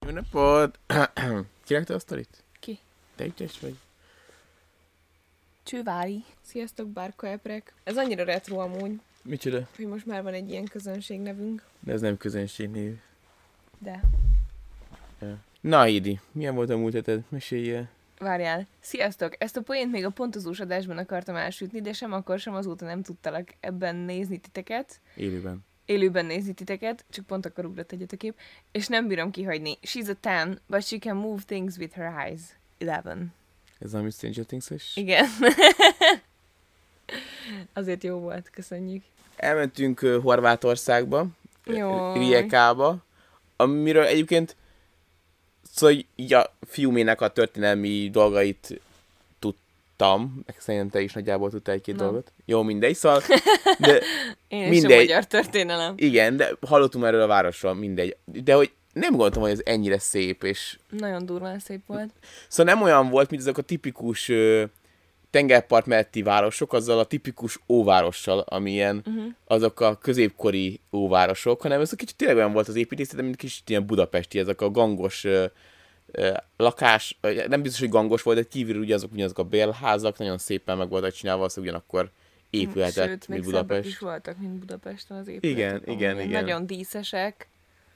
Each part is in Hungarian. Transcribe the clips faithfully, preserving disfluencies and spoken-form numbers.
Jó napot! Kirakta a sztorit? Ki? Te ügyes vagy? Csővári. Sziasztok, Bárka Eprek. Ez annyira retro amúgy, Micsoda? hogy most már van egy ilyen közönségnevünk. De ez nem közönségnév. De. Ja. Na, Idi, milyen volt a múlt heted? Meséljél. Várjál. Sziasztok! Ezt a poént még a pontozós adásban akartam elsütni, de sem akkor, sem azóta nem tudtalak ebben nézni titeket. Élőben. Élőben nézni titeket, csak pont akkor ugrott egyet a kép, és nem bírom kihagyni. She's a ten, but she can move things with her eyes. eleven. Ez a Stranger Things-es? Igen. Azért jó volt, köszönjük. Elmentünk uh, Horvátországba, Jó. Rijekába, amiről egyébként szóval így a fiúmének a történelmi dolgait tudtam, meg szerintem te is nagyjából tudtál egy-két Na. dolgot. Jó, mindegy, szóval, de Én is mindegy. a magyar történelem. Igen, de hallottunk erről a városról, mindegy. De hogy nem gondoltam, hogy ez ennyire szép, és Nagyon durván szép volt. szóval nem olyan volt, mint azok a tipikus ö, tengerpart melletti városok, azzal a tipikus óvárossal, amilyen Uh-huh. azok a középkori óvárosok, hanem ez a kicsit tényleg olyan volt az építészet, mint kicsit ilyen budapesti, ezek a gangos ö, ö, lakás, nem biztos, hogy gangos volt, de kívül ugye azok ugyanazok a bérházak, nagyon szépen meg voltak csinálva, az ugyanakkor épületett, Sőt, mint még szebbek Budapest. is voltak, mint Budapesten az épületek. Igen, amúgy. igen, igen. Nagyon díszesek.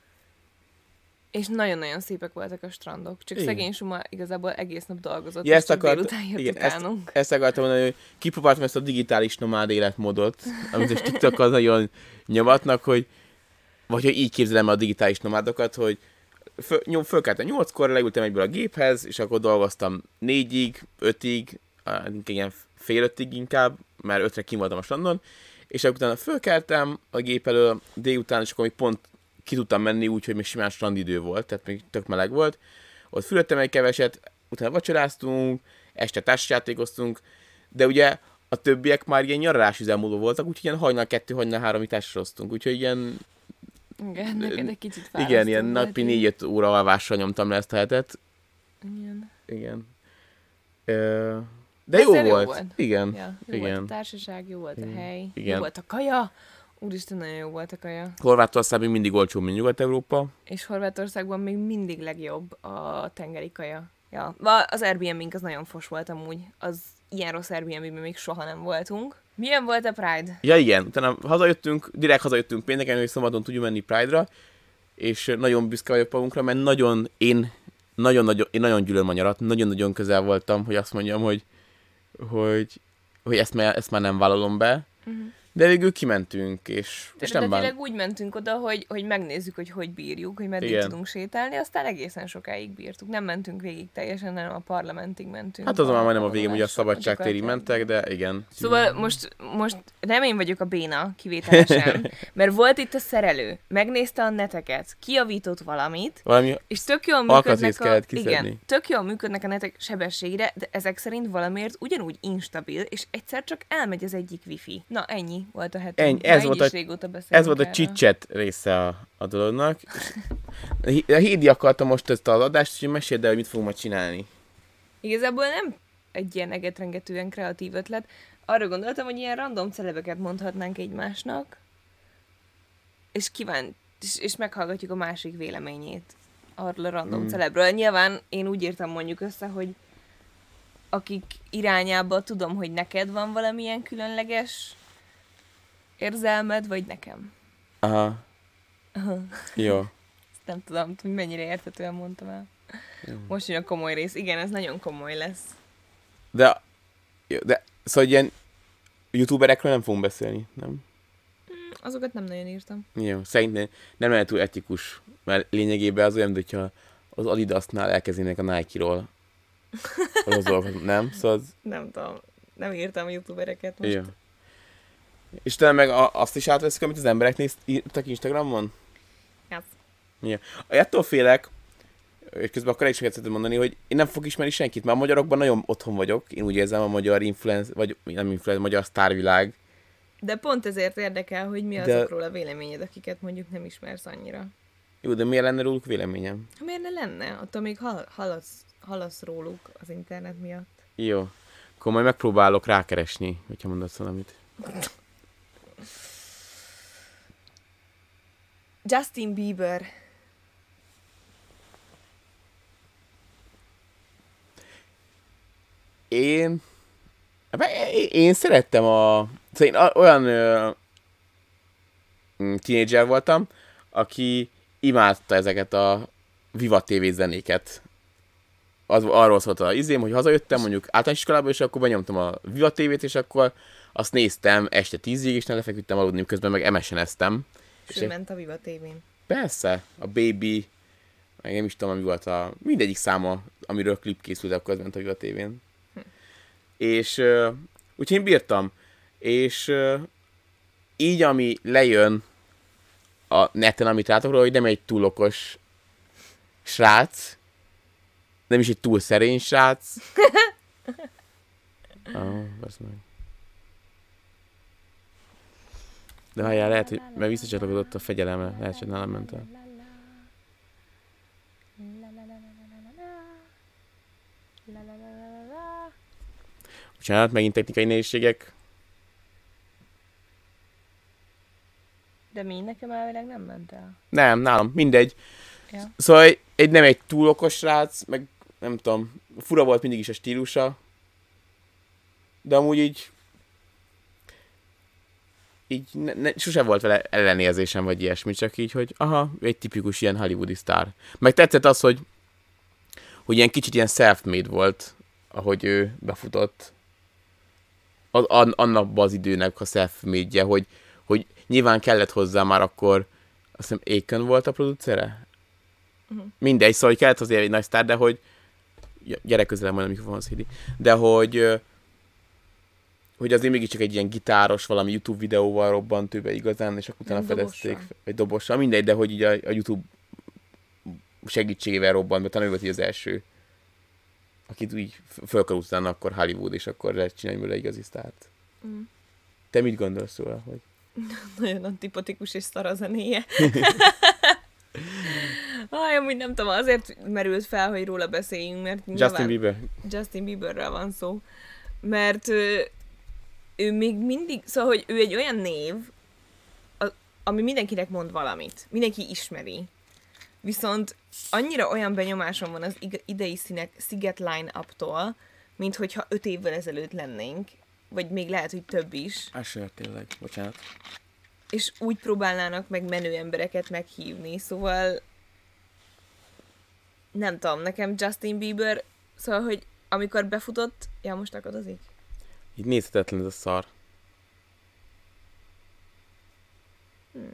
És nagyon-nagyon szépek voltak a strandok. Csak Igen. szegény Suma igazából egész nap dolgozott, Ja, és ezt csak akart- délután jött igen, ezt- utánunk. Ezt akartam mondani, hogy kipróbáltam ezt a digitális nomád életmódot, amit a TikTokon nagyon nyomatnak, hogy vagy hogy így képzelem a digitális nomádokat, hogy föl, nyom, fölkeltem nyolckor, leültem egyből a géphez, és akkor dolgoztam négyig, ötig, á, igen, fél ötig inkább, mert ötre kim voltam a strandon, és akkor utána fölkeltem a gép elől délután, és akkor még pont ki tudtam menni úgy, hogy még simán strandidő volt, tehát még tök meleg volt. Ott fülöttem egy keveset, utána vacsoráztunk, este társasjátékoztunk, de ugye a többiek már ilyen nyaralás üzemmódban voltak, úgyhogy ilyen hajnal kettő, hajnal három társasoztunk, úgyhogy ilyen, Igen, neked egy kicsit fárasztó igen, ilyen volt, napi így. négy-öt óra alvással nyomtam le ezt a hetet. Igen. Igen. Ö, De Ez jó jó volt. volt. Igen. Ja, jó Igen. volt a társaság, jó volt Igen. a hely, Igen. jó volt a kaja. Úristen, nagyon jó volt a kaja. Horvátország még mindig olcsó, mint Nyugat-Európa. És Horvátországban még mindig legjobb a tengeri kaja. Ja. Va- Az Airbnb-nk az nagyon fos volt amúgy. Az ilyen rossz Airbnb-ben még soha nem voltunk. Milyen volt a Pride? Ja igen, utána hazajöttünk, direkt hazajöttünk pénteken, hogy szombaton tudjuk menni Pride-ra, és nagyon büszke vagyok magunkra, mert nagyon, én nagyon-nagyon, én nagyon gyűlölöm a nyarat, nagyon-nagyon közel voltam, hogy azt mondjam, hogy, hogy, hogy ezt, már, ezt már nem vállalom be, Uh-huh. de végül kimentünk, és, és nem bán... Eredetileg úgy mentünk oda, hogy, hogy megnézzük, hogy hogy bírjuk, hogy meddig Igen. tudunk sétálni, aztán egészen sokáig bírtuk. Nem mentünk végig teljesen, hanem a parlamentig mentünk. Hát azon már majdnem a végén, ugye a vonulásra, szabadságtérig gyakorlatilag. mentek, de igen. Szóval most, most nem én vagyok a béna, kivételesen, mert volt itt a szerelő, megnézte a neteket, kijavított valamit, Valami és tök jól alkatrészt működnek a, kellett kiszedni. igen, tök jól működnek a netek sebességre, de ezek szerint valamiért ugyanúgy instabil, és egyszer csak elmegy az egyik wifi. Na, ennyi volt a hetünk. Ennyi, Már ez így volt is a- régóta beszélünk Ez volt a erről. chit-chat része a, a dolognak. A Hédi akarta most ezt az adást, hogy meséld el, hogy mit fogunk majd csinálni. Igazából nem egy ilyen egetrengetően kreatív ötlet. Arra gondoltam, hogy ilyen random celebeket mondhatnánk egymásnak, és kívánt, és, és meghallgatjuk a másik véleményét arról a random Mm. celebről. Nyilván én úgy írtam mondjuk össze, hogy akik irányába tudom, hogy neked van valamilyen különleges érzelmed, vagy nekem. Aha, Aha. jó. Ezt nem tudom, hogy mennyire érthetően mondtam el. Jó. Most jön a komoly rész. Igen, ez nagyon komoly lesz. De, jó, de szóval ilyen youtuberekről nem fogunk beszélni, nem? Azokat nem nagyon írtam. Jó, szerintem nem lehet túl etikus, mert lényegében az olyan, hogyha az Adidasnál elkezdenek a Nike-ról az dolgokat, nem? Szóval az, Nem tudom. Nem írtam a youtubereket most. jó. És talán meg a, azt is átveszik, amit az emberek néz, írtak Instagramon? Yes. Ja. Attól félek, és közben akkor egy sokat szeretném mondani, hogy én nem fogok ismerni senkit, mert a magyarokban nagyon otthon vagyok. Én úgy érzem, a magyar influencer, vagy nem influencer, a magyar sztárvilág. De pont ezért érdekel, hogy mi De- azokról a véleményed, akiket mondjuk nem ismersz annyira. Jó, de miért lenne róluk véleményem? Ha miért ne lenne? Attól még hall, hallasz, hallasz róluk az internet miatt. Jó. Akkor majd megpróbálok rákeresni, hogyha mondasz valamit. Justin Bieber. Én... Én szerettem a... Szóval én olyan ö, tínédzser voltam, aki imádta ezeket a Viva té vé zenéket. Az, arról szólt az izém, hogy hazajöttem mondjuk általános iskolába, és akkor benyomtam a Viva té vét, és akkor azt néztem este tízig, és nem lefeküdtem aludni, közben meg em es-eneztem. És ő ment a Viva té vén. Persze, a Baby, meg nem is tudom, mi volt a... Mindegyik száma, amiről klip készült, akkor az ment a Viva té vén. Hm. És uh, úgyhogy én bírtam. És uh, így, ami lejön a neten, amit látok róla, hogy nem egy túl okos srác, nem is egy túl szerény srác. Oh, meg. De várjál, lehet, hogy mert visszacsatlakozott a fegyelemre, lehet, hogy nálam ment el. Bocsánat, megint technikai nehézségek. De mi, nekem elvileg nem ment el. Nem, nálam, mindegy. Ja. Szóval egy nem egy túl okos srác, meg nem tudom, fura volt mindig is a stílusa. De amúgy így... így ne, ne, sose volt vele ellenérzésem, vagy ilyesmi, csak így, hogy aha, egy tipikus ilyen hollywoodi sztár. Meg tetszett az, hogy hogy ilyen kicsit ilyen self-made volt, ahogy ő befutott. Az, annak az időnek a self-made-je, hogy, hogy nyilván kellett hozzá már akkor, azt hiszem Aiken volt a producere? Uh-huh. Mindegy, szóval hogy kellett hozzá egy nagy sztár, de hogy gyere közelem majd a mikrofonhoz, Hidi. De hogy hogy azért mégiscsak egy ilyen gitáros, valami YouTube videóval robbant ő be igazán, és akkor utána fedezték, vagy dobossal, mindegy, de hogy így a, a YouTube segítségével robbant be, talán ő volt így az első, akit úgy fölkerült utána akkor Hollywood, és akkor lehet csinálni belőle igazi sztárt. Mm. Te mit gondolsz róla, hogy? Nagyon antipatikus és szar a zenéje. Aj, amúgy nem tudom, azért merült fel, hogy róla beszéljünk, mert Justin Bieber. Justin Bieberről van szó. Mert ő, ő még mindig, szóval, hogy ő egy olyan név, ami mindenkinek mond valamit. Mindenki ismeri. Viszont annyira olyan benyomásom van az idei színek Sziget line-uptól, mint hogyha öt évvel ezelőtt lennénk, vagy még lehet, hogy több is. Á, sör, tényleg, bocsánat. És úgy próbálnának meg menő embereket meghívni, szóval nem tudom, nekem Justin Bieber, szóval, hogy amikor befutott, ja, most akadozik? Így nézhetetlen ez a szar. Hmm.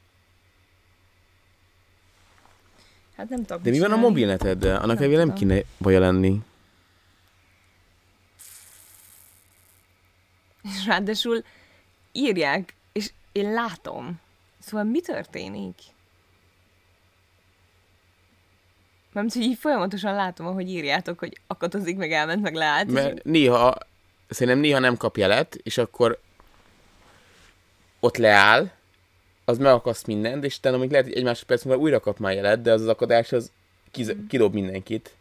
Hát nem tudom. De mi van a mobilneteddel? Annak elvégül nem kéne baja lenni. És ráadásul írják, és én látom. Szóval mi történik? Nem, hogy így folyamatosan látom, ahogy írjátok, hogy akadozik, meg elment, meg leállt. Mert és... néha, szerintem néha nem kap jelet, és akkor ott leáll, az megakaszt mindent, és utána még lehet, hogy egy másodperc múlva újra kap már jelet, de az az akadás az kiz- mm. kidob mindenkit.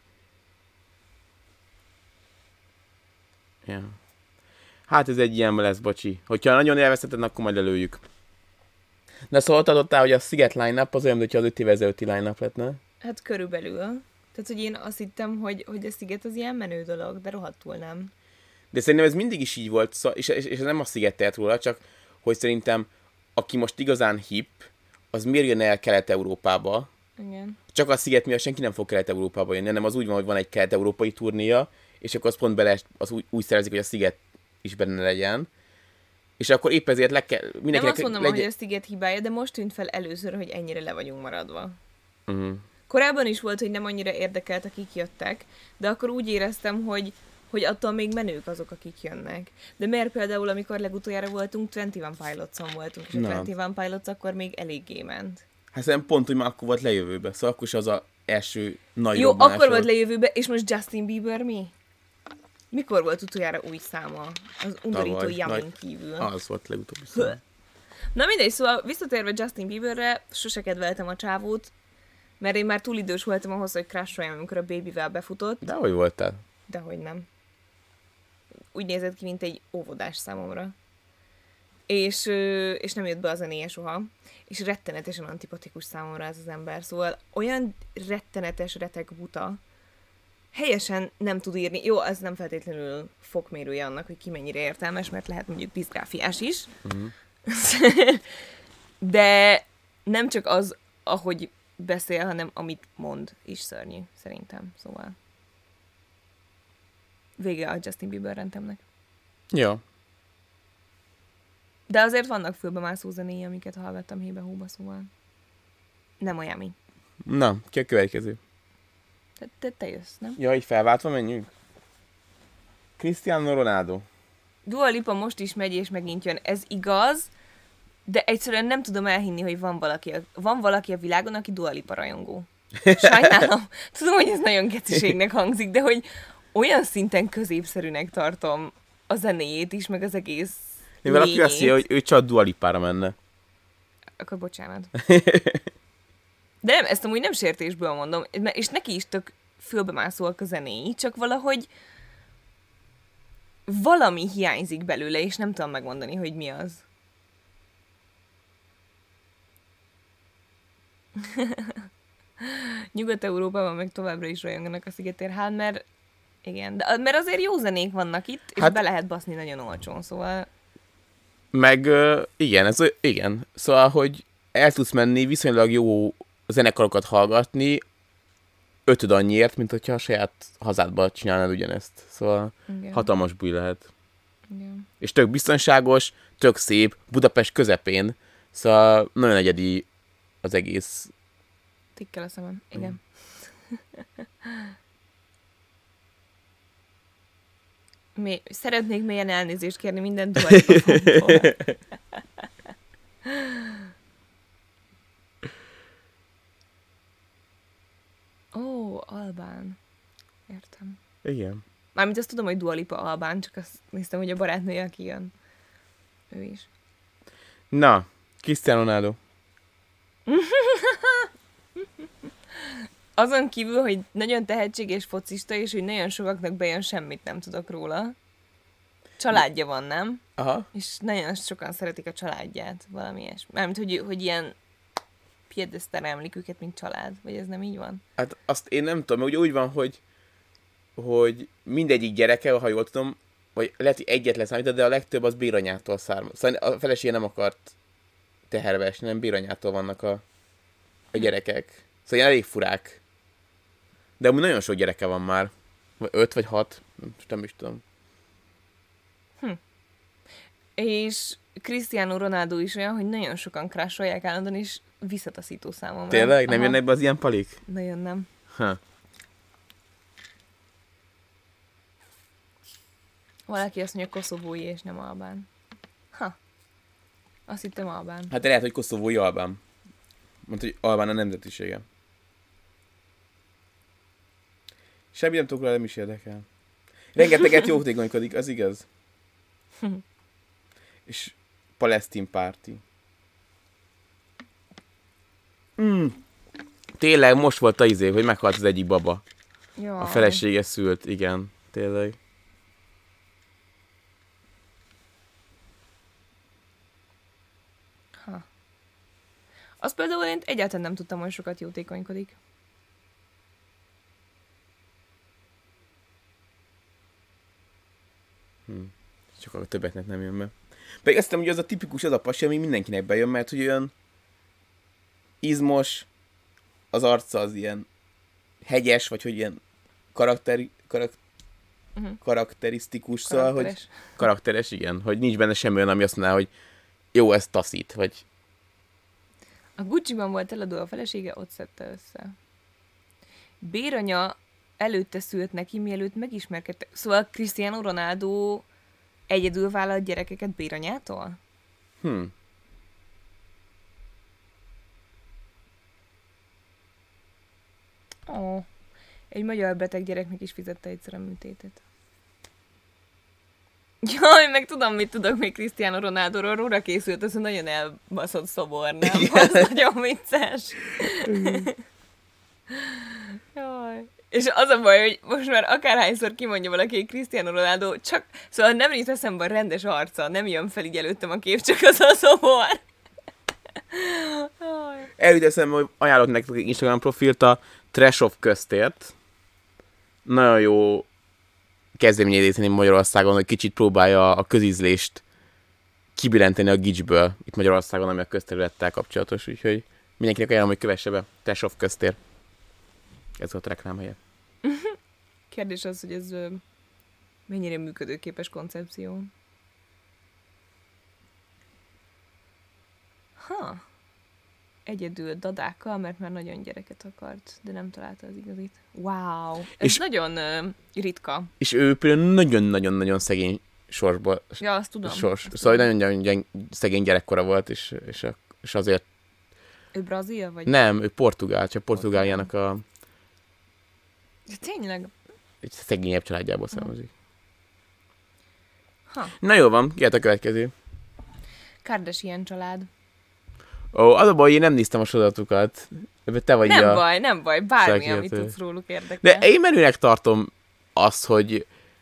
Ja. Hát ez egy ilyen lesz, bocsi. Hogyha nagyon élvezheted, akkor majd előjük. De szóval ott adottál, hogy a Sziget line-up az olyan, hogyha az öt év ezelőtti line-up lett, ne? Hát körülbelül. Tehát, hogy én azt hittem, hogy, hogy a Sziget az ilyen menő dolog, de rohadtul nem. De szerintem ez mindig is így volt, és, és, és ez nem a Sziget tehet róla, csak hogy szerintem aki most igazán hip, az miért jön el Kelet-Európába? Igen. Csak a Sziget miatt senki nem fog Kelet-Európába jönni, hanem az úgy van, hogy van egy kelet-európai turnéja, és akkor az pont bele az úgy, úgy szerezik, hogy a Sziget is benne legyen. És akkor épp ezért le kell... Nem azt mondom, legyen... hogy a Sziget hibája, de most tűnt fel először, hogy ennyire le vagyunk maradva. Uh-huh. Korábban is volt, hogy nem annyira érdekelt, akik jöttek, de akkor úgy éreztem, hogy hogy attól még menők azok, akik jönnek. De miért például, amikor legutoljára voltunk, huszonegy Pilots-on voltunk, és a huszonegy Pilots akkor még eléggé ment. Hát szerintem pont, hogy már akkor volt lejövőbe, szóval akkor is az az első nagy Jó, akkor volt lejövőbe, és most Justin Bieber mi? Mikor volt utoljára új száma? Az undorító Yamin kívül. Az volt legutóbbi száma. Na mindegy, szóval visszatérve Justin Bieberre, sose kedveltem a csávót, mert én már túl idős voltam ahhoz, hogy crusholjam, amikor a Babyvel befutott. De hogy voltál? Dehogy nem. Úgy nézett ki, mint egy óvodás számomra. És, és nem jött be a zenéje soha. És rettenetesen antipatikus számomra ez az ember. Szóval olyan rettenetes, retek buta, helyesen nem tud írni. Jó, az nem feltétlenül fokmérője annak, hogy ki mennyire értelmes, mert lehet mondjuk diszgráfiás is. Uh-huh. De nem csak az, ahogy beszél, hanem amit mond is szörnyű, szerintem. Szóval vége a Justin Bieber rendemnek. Jó. De azért vannak fülbemászó zenéi, amiket hallgattam hébe-hóba, szóval nem olyan mi. Na, ki a következő? Te, te, te jössz, nem? Ja, így felváltva menjünk? Cristiano Ronaldo. Dua Lipa most is megy, és megint jön. Ez igaz, de egyszerűen nem tudom elhinni, hogy van valaki a, van valaki a világon, aki Dua Lipa rajongó. Sajnálom. Tudom, hogy ez nagyon geciségnek hangzik, de hogy olyan szinten középszerűnek tartom a zenéjét is, meg az egész Én valaki azt mondja, hogy ő csak Dua Lipára menne. Akkor bocsánat. De nem, ezt amúgy nem sértésből mondom, és neki is tök fülbemászóak a zenéi, csak valahogy valami hiányzik belőle, és nem tudom megmondani, hogy mi az. Nyugat-Európában meg továbbra is rajonganak a Szigetérhán, mert igen, de, mert azért jó zenék vannak itt, és hát, be lehet baszni nagyon olcsón, szóval... Meg uh, igen, ez, igen, szóval, hogy el tudsz menni viszonylag jó zenekarokat hallgatni ötöd annyiért, mint hogyha a saját hazádban csinálnád ugyanezt. Szóval igen. Hatalmas búj lehet. Igen. És tök biztonságos, tök szép, Budapest közepén, szóval nagyon egyedi az egész. Tikkel a szemem, igen. Mi, szeretnék mélyen elnézést kérni minden Dua Lipa fantól. Ó, albán. Értem. Igen. Mármint azt tudom, hogy Dua Lipa albán, csak azt néztem, hogy a barátnője, aki jön. Ő is. Na, Cristiano Ronaldo. Azon kívül, hogy nagyon tehetséges focista, és hogy nagyon sokaknak bejön, semmit nem tudok róla. Családja van, nem? Aha. És nagyon sokan szeretik a családját, valami ilyesmi. Mármint, hogy, hogy ilyen piedesztára emlik őket, mint család. Vagy ez nem így van? Hát azt én nem tudom, hogy úgy van, hogy, hogy mindegyik gyereke, ha jól tudom, vagy lehet, hogy egyet leszámítani, de a legtöbb az béranyától származik. Szóval a felesége nem akart teherbe esni, nem béranyától vannak a, a gyerekek. Szóval elég furák. De amúgy nagyon sok gyereke van már. Vagy öt, vagy hat. Nem is tudom. Hm. És Cristiano Ronaldo is olyan, hogy nagyon sokan crasholják állandóan, és visszataszító számomra. Tényleg? Nem jönnek be az ilyen palik? Nagyon nem. Ha. Valaki azt mondja, koszovói és nem albán. Ha. Azt hittem albán. Hát lehet, hogy koszovói albán. Mondta, hogy albán a nemzetisége. Semmi nem tudok rá, nem is érdekel. Rengeteget jótékonykodik, az igaz. És palesztin párti. Mm. Tényleg, most volt a izé, hogy meghalt az egyik baba. Jaj. A felesége szült, igen. Tényleg. Ha. Azt például én egyáltalán nem tudtam, hogy sokat jótékonykodik. Hm. Csak a többeknek nem jön be. Pedig azt hiszem, hogy az a tipikus, az a pasi, ami mindenkinek bejön, mert hogy olyan izmos, az arca az ilyen hegyes, vagy hogy ilyen karakteri, karak, uh-huh. karakterisztikus, szóval, hogy karakteres, igen, hogy nincs benne semmi olyan, ami azt mondaná, hogy jó, ez taszít, vagy... A Gucci-ban volt eladó a felesége, ott szedte össze. Béranya előtte szült neki, mielőtt megismerkedtek. Szóval Cristiano Ronaldo egyedül vállalt gyerekeket béranyától? Hm. Ó, egy magyar beteg gyereknek is fizette egyszer a műtétet. Jaj, meg tudom, mit tudok még Cristiano Ronaldoról, róla készült, ez a nagyon elbaszott szobor, nem? Az nagyon vicces. Jaj. És az a baj, hogy most már akárhányszor kimondja valaki, hogy Cristiano Ronaldo, csak, szóval nem jut eszembe a rendes arca, nem jön fel így előttem a kép, csak az a szobor. Eljut eszembe, hogy ajánlok nektek Instagram profilt a Trash of köztért. nagyon jó kezdeményezésni Magyarországon, hogy kicsit próbálja a közízlést kibillenteni a gicsből itt Magyarországon, ami a közterülettel kapcsolatos, úgyhogy mindenkinek ajánlom, hogy kövesse be. Tesov köztér. Ez volt a reklámhelye. Kérdés az, hogy ez ö, mennyire működőképes koncepció. Ha. Egyedül dadákkal, mert már nagyon gyereket akart, de nem találta az igazit. Wow. Ez és nagyon ö, ritka. És ő például nagyon-nagyon-nagyon szegény sorsból. Ja, azt tudom. Sors. Azt szóval tudom. nagyon, nagyon szegény gyerekkora volt, és, és, a, és azért... Ő brazil, vagy? Nem, ő portugál, csak Portugáliának a... De tényleg? Egy szegényebb családjából származik. Ha. Na jó van, jöhet a következő. Kardashian család. Ó, az a baj, én nem néztem a sorozatukat. Te vagy Nem a... baj, nem baj, bármi, amit szakértő. tudsz róluk érdekel. De én menőnek tartom azt, hogy...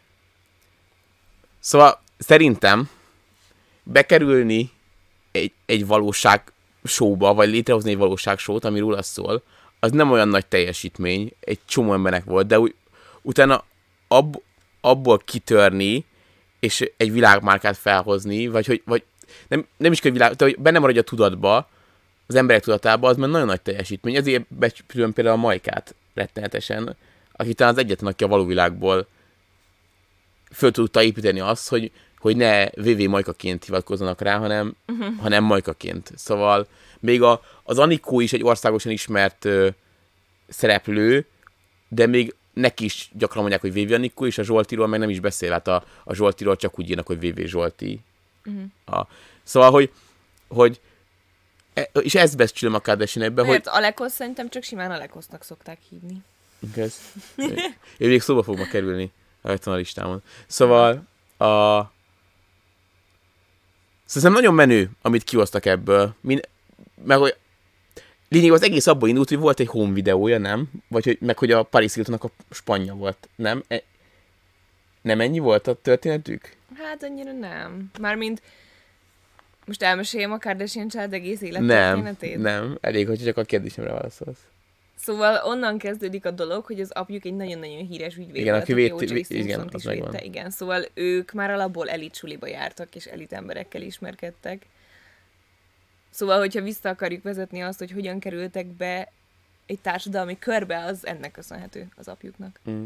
Szóval szerintem bekerülni egy, egy valóság showba, vagy létrehozni egy valóság showt, ami róla szól, az nem olyan nagy teljesítmény, egy csomó embernek volt, de úgy, utána ab, abból kitörni, és egy világmárkát felhozni, vagy hogy vagy nem, nem is kell világ, de hogy benne maradj a tudatba, az emberek tudatába, az már nagyon nagy teljesítmény. Ezért becsülöm például a Majkát rettenetesen, aki talán az egyetlen, aki a való világból föl tudta építeni azt, hogy, hogy ne vé vé Majkaként hivatkozzanak rá, hanem, uh-huh. hanem Majkaként. Szóval még a, az Anikó is egy országosan ismert ö, szereplő, de még neki is gyakran mondják, hogy vé vé Anikó, és a Zsoltiról meg nem is beszél. Hát a, a Zsoltiról csak úgy írnak, hogy vé vé Zsolti. Uh-huh. A, szóval, hogy, hogy e, és ezt becsülöm a Kardashian-ekbe, hogy... Mert Alekosz szerintem csak simán Alekosznak szokták hívni. Ez, ő még szóba fog ma kerülni rajta a listámon. Szóval a... Szerintem nagyon menő, amit kihoztak ebből. Min... Meg hogy lényeg az egész abból indult, hogy volt egy home videója, nem? Vagy hogy, meg hogy a Paris Hiltonnak a spanja volt, nem? E... Nem ennyi volt a történetük? Hát annyira nem. Mármint most elmeséljem a Kardashian család egész Nem, élettörténetét? nem. Elég, hogy csak a kérdésemre válaszolsz. Szóval onnan kezdődik a dolog, hogy az apjuk egy nagyon-nagyon híres ügyvéd Igen, volt, aki aki véd- o jé vé- igen, Simpsont az is megvan. védte. Igen, szóval ők már alapból elit suliba jártak, és elit emberekkel ismerkedtek. Szóval, hogyha vissza akarjuk vezetni azt, hogy hogyan kerültek be egy társadalmi körbe, az ennek köszönhető az apjuknak. Mm.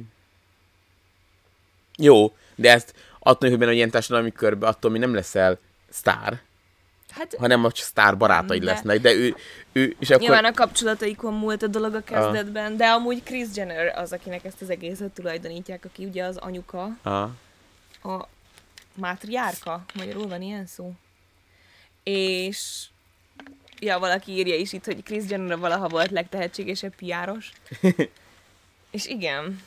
Jó, de ezt attól, hogy benne ilyen társadalmi körbe, attól mi nem leszel sztár, Hát, hanem a sztár barátaid de- lesznek, de ő, ő és akkor... nyilván a kapcsolataikon múlt a dolog a kezdetben, de amúgy Kris Jenner az, akinek ezt az egészet tulajdonítják, aki ugye az anyuka, Aha. a mátriárka, magyarul van ilyen szó. És ja, valaki írja is itt, hogy Kris Jenner valaha volt legtehetségesebb piáros. És igen.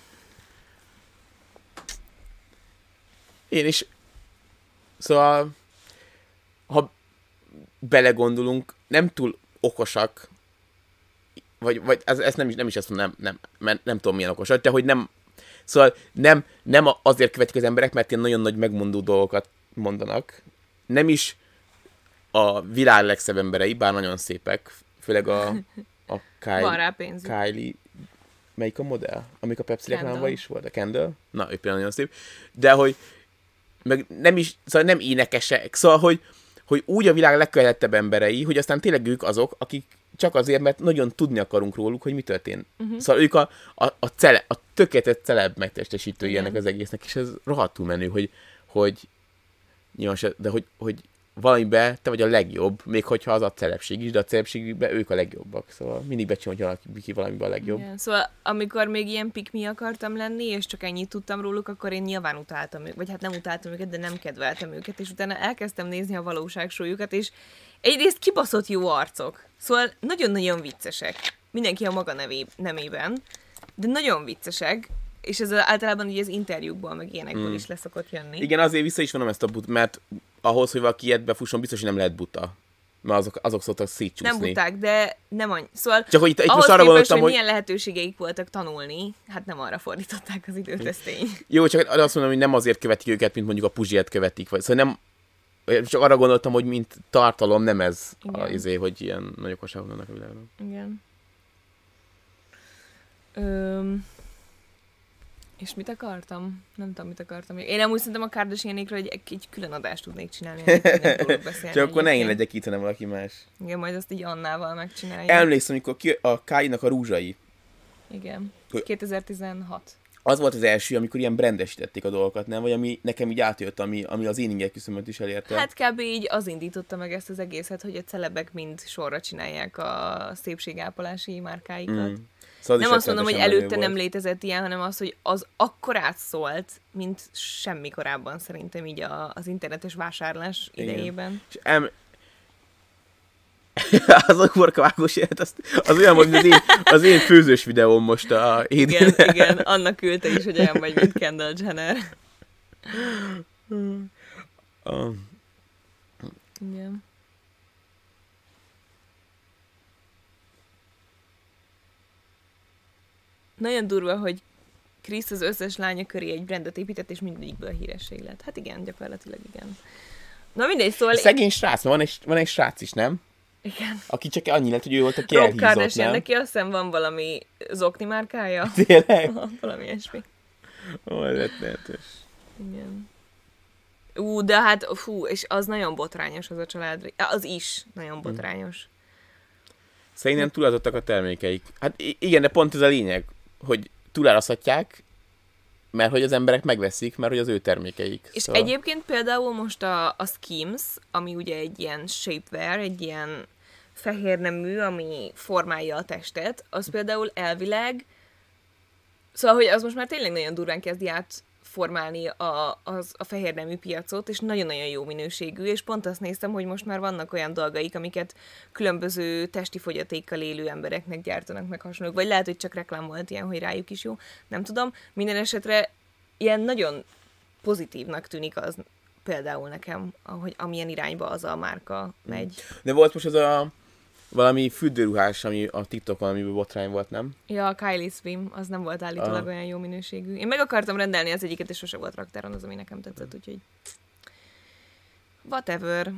Én is. Szóval, ha belegondolunk, nem túl okosak, vagy, vagy ez, ez nem is, nem is ezt mondom, nem, nem, mert nem tudom milyen okosak, de hogy nem, szóval nem, nem azért követik az emberek, mert ilyen nagyon nagy megmondó dolgokat mondanak. Nem is a világ legszebb emberei, bár nagyon szépek, főleg a, a Kylie, Van rá pénzük. Kylie, melyik a modell? Amik a Pepsi Kendall. reklámban is volt, a Kendall? Na, ő például nagyon szép. De hogy meg nem is, szóval nem énekesek, szóval, hogy, hogy úgy a világ legkövetettebb emberei, hogy aztán tényleg ők azok, akik csak azért, mert nagyon tudni akarunk róluk, hogy mi történt. Uh-huh. Szóval ők a, a, a, cele, a tökéletes celeb megtestesítői Igen. ennek az egésznek, és ez rohadtul menő, hogy, hogy nyilván se, de hogy, hogy valamiben te vagy a legjobb, még hogyha az a celebség is, de a celebségben ők a legjobbak. Szóval mindig becsülöm, hogy valaki valamiben a legjobb. Igen. Szóval amikor még ilyen pikmi akartam lenni, és csak ennyit tudtam róluk, akkor én nyilván utáltam őket, vagy hát nem utáltam őket, de nem kedveltem őket, és utána elkezdtem nézni a valóságsójukat, és egyrészt kibaszott jó arcok. Szóval nagyon-nagyon viccesek. Mindenki a maga nevé, nemében, de nagyon viccesek, és ez általában ugye az interjúkból, meg ilyenekből Mm. is leszokott jönni. Igen, azért vissza is vonom ezt a but, mert ahhoz, hogy valaki ilyet befusson, biztos, hogy nem lehet buta. Mert azok, azok szoktak szétcsúszni. Nem buták, de nem annyi. Szóval Csak hogy itt, itt ahhoz most arra képest, gondoltam, hogy hogy... milyen lehetőségeik voltak tanulni, hát nem arra fordították az időt, ez tény. Jó, csak azt mondom, hogy nem azért követik őket, mint mondjuk a Puzsiet követik. Vagy... Szóval nem... Csak arra gondoltam, hogy mint tartalom, nem ez az izé, hogy ilyen nagy okosságok vannak a világon. Igen. Öm... És mit akartam? Nem tudom, mit akartam. Én nem úgy szerintem a Kardashianékről egy, egy külön adást tudnék csinálni, amit nem tudok beszélni. Csak akkor ne én egyébként. legyek itt, hanem valaki más. Igen, majd azt így Annával megcsináljuk. Emlékszem, amikor ki a Kylie-nak a rúzsai. Igen. kétezer-tizenhat. Az volt az első, amikor ilyen brandesítették a dolgokat, nem? Vagy ami nekem így átjött, ami, ami az én inger küszöböt is elérte. Hát kb. Így az indította meg ezt az egészet, hogy a celebek mind sorra csinálják a szépségápolási márkáikat. Mm. Szóval Nem azt mondom, hogy előtte volt. nem létezett ilyen, hanem az, hogy az akkorát szólt, mint semmi korábban szerintem így a, az internetes vásárlás Igen. idejében. És em... az a horkavágós élet, az, az olyan volt, mint az én, az én főzős videóm most a Igen, igen, annak küldte is, hogy olyan vagy, mint Kendall Jenner. Um, Igen. Nagyon durva, hogy Krisz az összes lánya köré egy brandet épített, és mindegyikből híresség lett. Hát igen, gyakorlatilag igen. Na mindegy, szóval... Szegény srác, van egy, van egy srác is, nem? Igen. Aki csak annyi lett, hogy ő volt, aki Rob elhízott, Kardashian, nem? neki azt hiszem van valami zokni márkája. Tényleg? Valami ilyesmi. Ó, rettenetes. Igen. Ú, de hát, fú, és az nagyon botrányos az a család. Az is nagyon botrányos. Szerintem túlázottak a termékeik. Hát i- igen, de pont ez a lényeg, hogy túlárazhatják, mert hogy az emberek megveszik, mert hogy az ő termékeik. És szóval... egyébként például most a, a Skims, ami ugye egy ilyen shapewear, egy ilyen fehér nemű, ami formálja a testet, az például elvileg, szóval, hogy az most már tényleg nagyon durván kezdi átformálni a, az, a fehér nemű piacot, és nagyon-nagyon jó minőségű, és pont azt néztem, hogy most már vannak olyan dolgaik, amiket különböző testi fogyatékkal élő embereknek gyártanak meg hasonlók, vagy lehet, hogy csak reklám volt ilyen, hogy rájuk is jó, nem tudom. Minden esetre ilyen nagyon pozitívnak tűnik az például nekem, ahogy amilyen irányba az a márka megy. De volt most az a valami fürdőruhás, ami a TikTokon, amiből botrány volt, nem? Ja, a Kylie Swim, az nem volt állítólag Ah. olyan jó minőségű. Én meg akartam rendelni az egyiket, és sose volt raktáron az, ami nekem tetszett, úgyhogy whatever.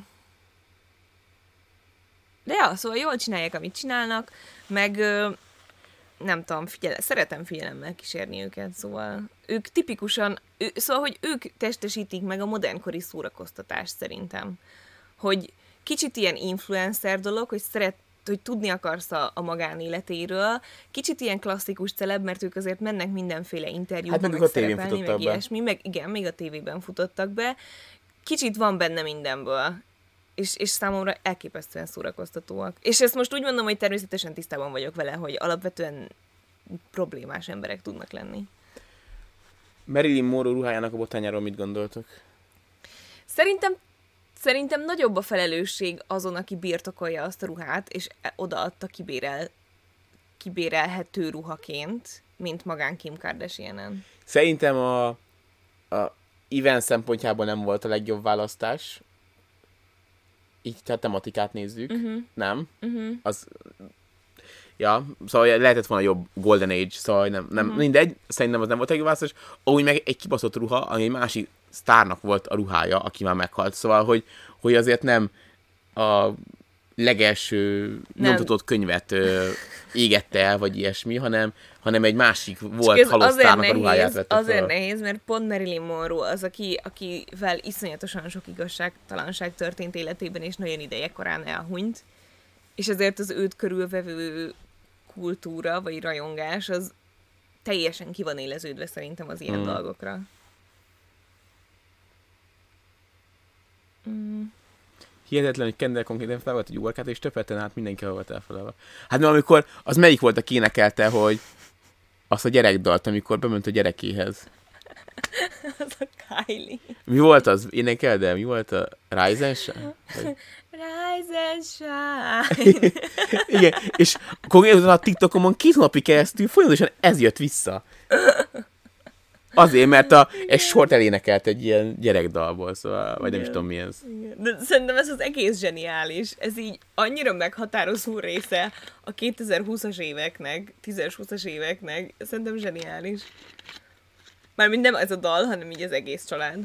De ja, szóval jól csinálják, amit csinálnak, meg ö, nem tudom, figyel, szeretem figyelemmel kísérni őket, szóval ők tipikusan, ő, szóval, hogy ők testesítik meg a modernkori szórakoztatást szerintem. Hogy kicsit ilyen influencer dolog, hogy szeret, hogy tudni akarsz a, a magánéletéről, kicsit ilyen klasszikus celeb, mert ők azért mennek mindenféle interjúkba, Hát meg meg ők a tévén szerepelni, futottak meg be. ilyesmi, meg igen, még a tévében futottak be. Kicsit van benne mindenből. És, és számomra elképesztően szórakoztatóak. És ezt most úgy mondom, hogy természetesen tisztában vagyok vele, hogy alapvetően problémás emberek tudnak lenni. Marilyn Monroe ruhájának a botrányáról mit gondoltok? Szerintem, szerintem nagyobb a felelősség azon, aki birtokolja azt a ruhát, és odaadta kibérel, kibérelhető ruhaként, mint magán Kim Kardashianen. Szerintem a, a event szempontjából nem volt a legjobb választás. Így, tehát tematikát nézzük. Uh-huh. Nem? Uh-huh. Az... Ja, szóval lehetett volna jobb Golden Age, szóval nem, nem Mhm. mindegy, szerintem az nem volt egy jó választás. Ahogy meg egy kibaszott ruha, ami egy másik sztárnak volt a ruhája, aki már meghalt. Szóval, hogy, hogy azért nem a legelső nyomtatott könyvet ö, égette el, vagy ilyesmi, hanem, hanem egy másik volt ez halott azért sztárnak a nehéz, ruháját vette azért fel. nehéz, mert pont Marilyn Monroe az, aki, akivel iszonyatosan sok igazságtalanság történt életében, és nagyon ideje korán elhunyt. És ezért az őt körülvevő kultúra, vagy rajongás, az teljesen ki van éleződve szerintem az ilyen Mm. dolgokra. Mm. Hihetetlen, hogy Kendall konkrétan fel volt egy ugarkát, és többeten át mindenki el volt elfelelve. Hát mert amikor, az melyik volt, aki énekelte, hogy azt a gyerekdalt, amikor bement a gyerekéhez. Az a Kylie. Mi volt az? Énekel, de mi volt a Rise and Shine? Vagy- Rise and shine. Igen, és konkrétan a TikTokomon két napig keresztül folyamatosan ez jött vissza. Azért, mert a, egy sort elénekelt egy ilyen gyerekdalból, szóval, vagy nem is Igen. tudom mi ez. Igen. De szerintem ez az egész zseniális. Ez így annyira meghatározó része a kétezer-húszas éveknek, tízes-húszas éveknek. Szerintem zseniális. Mármint nem ez a dal, hanem így az egész család.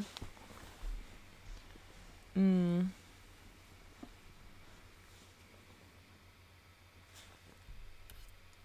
Mm.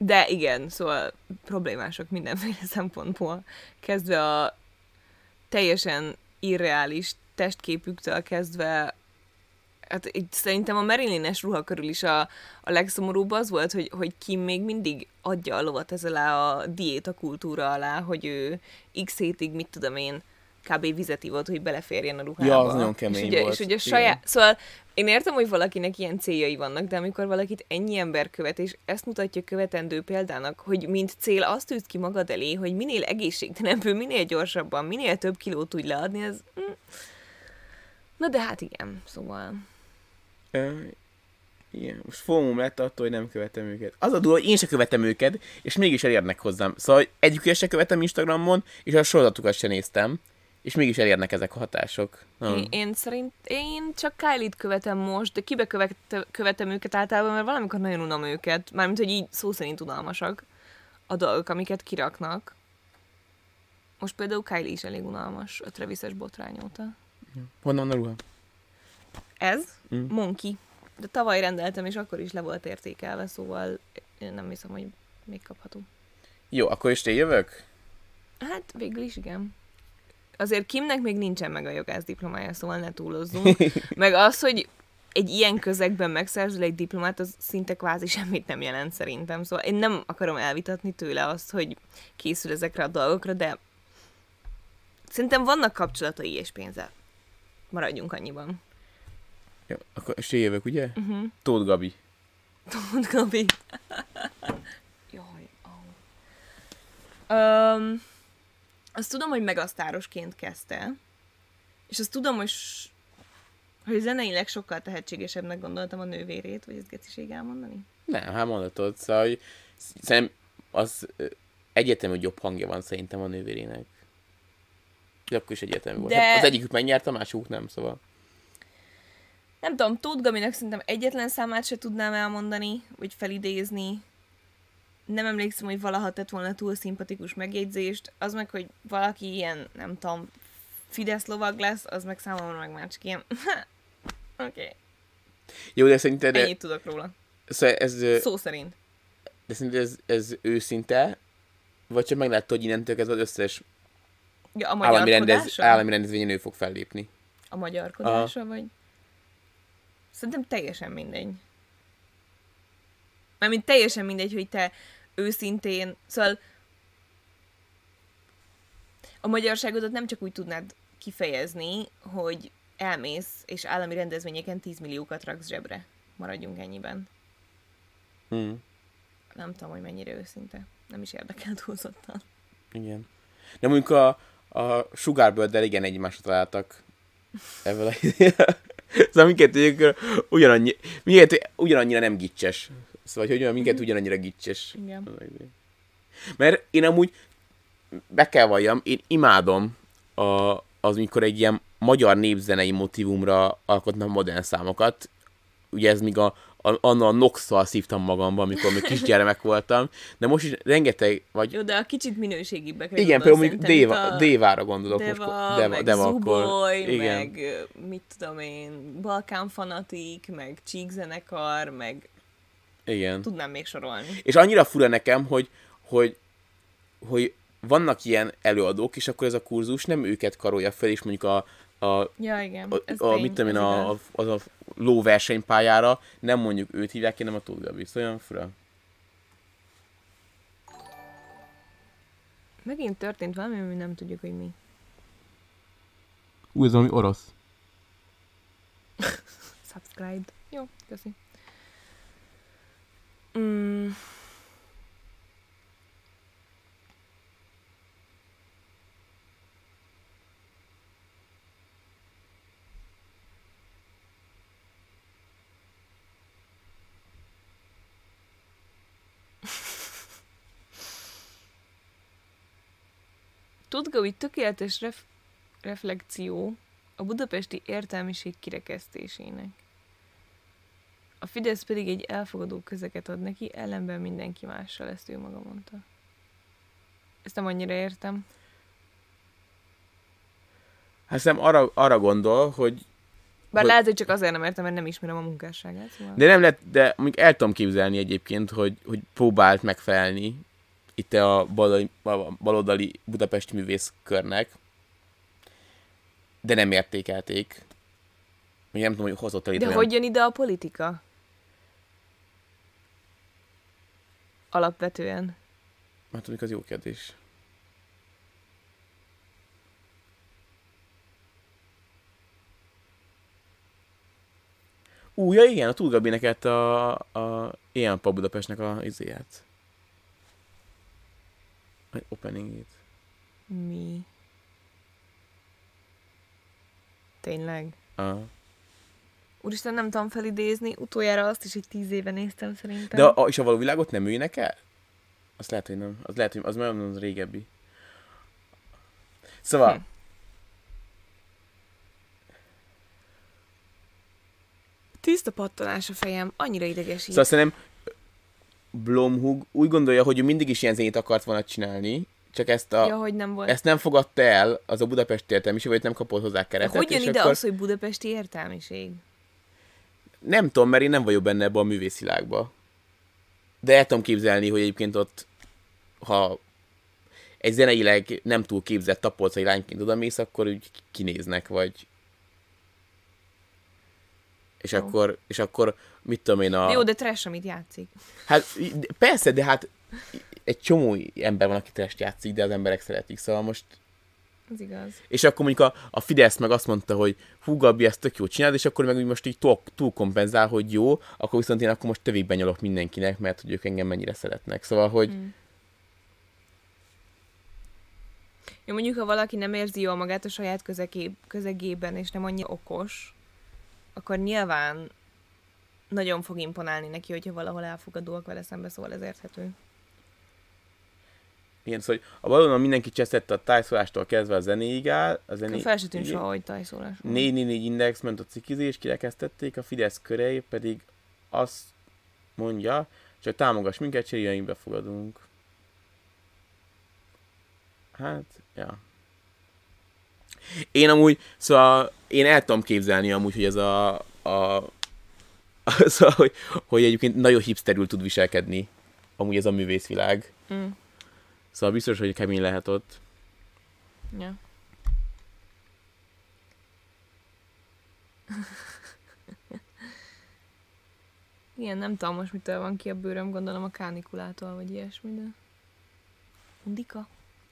De igen, szóval problémások mindenféle szempontból. Kezdve a teljesen irreális testképüktől kezdve, hát így szerintem a Marilyn-es ruha körül is a, a legszomorúbb az volt, hogy, hogy Kim még mindig adja a lovat ez alá a diéta kultúra alá, hogy ő x hétig, mit tudom én, kb. Vizet ivott, hogy beleférjen a ruhába. Ja, az nagyon kemény és ugye, volt. És ugye a saját, szóval én értem, hogy valakinek ilyen céljai vannak, de amikor valakit ennyi ember követ, és ezt mutatja követendő példának, hogy mint cél azt tűz ki magad elé, hogy minél egészségtelenebbül, minél gyorsabban, minél több kilót tudj leadni, ez... Mm. Na de hát igen, szóval... Uh, igen, most fómum lett attól, hogy nem követem őket. Az a durva, hogy én se követem őket, és mégis elérnek hozzám. Szóval egyiküket se követem Instagramon, és a sorozatukat se néztem, és mégis elérnek ezek a hatások. Hmm. Én, én szerint, én csak Kylie-t követem most, de kibe követem, követem őket általában, mert valamikor nagyon unom őket. Mármint, hogy így szó szerint unalmasak a dolgok, amiket kiraknak. Most például Kylie is elég unalmas a Travis-es botrány óta. Honnan a ruha? Ez? Mm. Monkey. De tavaly rendeltem, és akkor is le volt értékelve, szóval én nem hiszem, hogy még kapható. Jó, akkor is én jövök? Hát végül is igen. Azért Kimnek még nincsen meg a jogász diplomája, szóval ne túlozzunk. Meg az, hogy egy ilyen közegben megszerzül egy diplomát, az szinte kvázi semmit nem jelent szerintem. Szóval én nem akarom elvitatni tőle azt, hogy készül ezekre a dolgokra, de szerintem vannak kapcsolatai és pénze. Maradjunk annyiban. Jó, akkor és én jövök, ugye? Uh-huh. Tóth Gabi. Tóth Gabi. Jaj, au. Um, azt tudom, hogy megasztárosként kezdte, és azt tudom, hogy, s- hogy zeneileg sokkal tehetségesebbnek gondoltam a nővérét, vagy ezt geciség elmondani? Nem, hát mondhatod, szóval hogy szerintem az ö, egyértelmű, hogy jobb hangja van szerintem a nővérének. De akkor is egyértelmű volt. De- Hát az egyikük megnyert, a másikuk nem, szóval. Nem tudom, Tóth Gabinak szerintem egyetlen számát se tudnám elmondani, vagy felidézni. Nem emlékszem, hogy valaha tett volna túl szimpatikus megjegyzést. Az meg, hogy valaki ilyen, nem tudom, Fidesz lovag lesz, az meg számomra meg már csak ilyen... Oké, okay. Jó, de szerinted... Ennyit tudok róla. Szóval ez, ö, Szó szerint. de szerinted ez, ez őszinte, vagy csak meglátta, hogy innentől kezdve az összes Ja, a állami, rendez, magyarkodása? állami rendezvényen ő fog fellépni. A magyarkodása, vagy... Szerintem teljesen mindegy. Mármint teljesen mindegy, hogy te őszintén... Szóval a magyarságodat nem csak úgy tudnád kifejezni, hogy elmész, és állami rendezvényeken tíz milliókat raksz zsebre. Maradjunk ennyiben. Hmm. Nem tudom, hogy mennyire őszinte. Nem is érdekel túlzottan. Igen. De mondjuk a, a Sugarbird-del igen egymásra találtak ebből a szóval minket tudjuk, ugyanannyi, minket ugyanannyira nem gicses. Szóval, hogy olyan minket ugyanannyira gicses. Igen. Mert én amúgy, be kell valljam, én imádom a, az, mikor egy ilyen magyar népzenei motívumra alkotnak modern számokat. Ugye ez még a, a, anna a Nox-szal szívtam magamba, amikor még kisgyermek voltam, de most is rengeteg, vagy... Jó, de a kicsit minőségibbekre Igen, például mondjuk Déva, Dévára gondolok. Deva, most, Deva, meg Deva Zuboly, akkor. Igen. meg mit tudom én, Balkán Fanatik, meg Csík zenekar, meg Igen. tudnám még sorolni. És annyira fura nekem, hogy, hogy, hogy vannak ilyen előadók, és akkor ez a kurzus nem őket karolja fel, és mondjuk a, a, Ja, igen. a, ez a tény, mit tudom én, ez a, igaz. a, az a lóversenypályára nem mondjuk őt hívják ki, nem a Tóth Gabi. Szóval olyan fura. Megint történt valami, ami nem tudjuk, hogy mi. Úgy, ez valami orosz. Subscribe. Jó, köszi. Mm. Tóth Gabi tökéletes ref- reflekció a budapesti értelmiség kirekesztésének. A Fidesz pedig egy elfogadó közeget ad neki, ellenben mindenki mással, ezt ő maga mondta. Ezt nem annyira értem. Hát hiszem arra, arra gondol, hogy Bár hogy... lehet, hogy csak azért nem értem, mert nem ismerem a munkásságát. Szóval. De nem lett, de mondjuk el tudom képzelni egyébként, hogy, hogy próbált megfelelni itt a baloldali, a baloldali budapesti művészkörnek, de nem értékelték. Még nem tudom, hogy hozott el itt De olyan... hogy jön ide a politika? Alapvetően. Hát mondjuk az jó kérdés. Ú, ja igen, a Tul Gabi neked a, a Éjjel-nappal Budapestnek a izéját. A openingét. Mi? Tényleg? Ah. Úristen, nem tudom felidézni. Utoljára azt is egy tíz éve néztem szerintem. De a, és a való világot nem ülnek el? Azt lehet, hogy nem. Az lehet, hogy az már az régebbi. Szóval... Hm. Tiszta pattanás a fejem, annyira idegesít. Szóval szerintem Blomhug úgy gondolja, hogy ő mindig is ilyen zenét akart volna csinálni, csak ezt, a, ja, hogy nem volt. ezt nem fogadta el az a budapesti értelmiség, vagy nem kapott hozzá keretet. De hogy jön ide akkor... az, hogy budapesti értelmiség? Nem tudom, mert én nem vagyok benne ebben a művészvilágban. De el tudom képzelni, hogy egyébként ott, ha egy zeneileg nem túl képzett tapolcai lányként odamész, akkor úgy kinéznek, vagy... És jó. akkor, és akkor, mit tudom én a... De jó, de trash, amit játszik. Hát persze, de hát egy csomó ember van, aki trash játszik, de az emberek szeretik, szóval most... Ez igaz. És akkor mondjuk a, a Fidesz meg azt mondta, hogy hú, Gabi, ezt tök jó csinálod, és akkor meg úgy most így túl, túl kompenzál, hogy jó, akkor viszont én akkor most tövében nyalok mindenkinek, mert hogy ők engem mennyire szeretnek. Szóval, hogy... Hmm. Jó, mondjuk, ha valaki nem érzi jól magát a saját közegé, közegében, és nem annyira okos, akkor nyilván nagyon fog imponálni neki, hogyha valahol elfogadóak vele szembe, szóval ez érthető. Igen, szóval a valóban mindenki cseszette a tájszólástól kezdve a zenéig áll. A zené... Fel se tűnt soha, hogy tájszólás van. négy négy négy index ment a cikizés, kirekesztették, a Fidesz körei pedig azt mondja, csak támogass minket, cseréljeink befogadunk. Hát, ja. Én amúgy, szóval én el tudom képzelni amúgy, hogy ez a, a szóval, hogy, hogy egyébként nagyon hipsterül tud viselkedni amúgy ez a művészvilág. Mm. Szóval biztos, hogy kemény lehet ott. Ja. Igen, nem tudom most mitől van ki a bőröm, gondolom a kánikulától, vagy ilyesmi, de... Undika?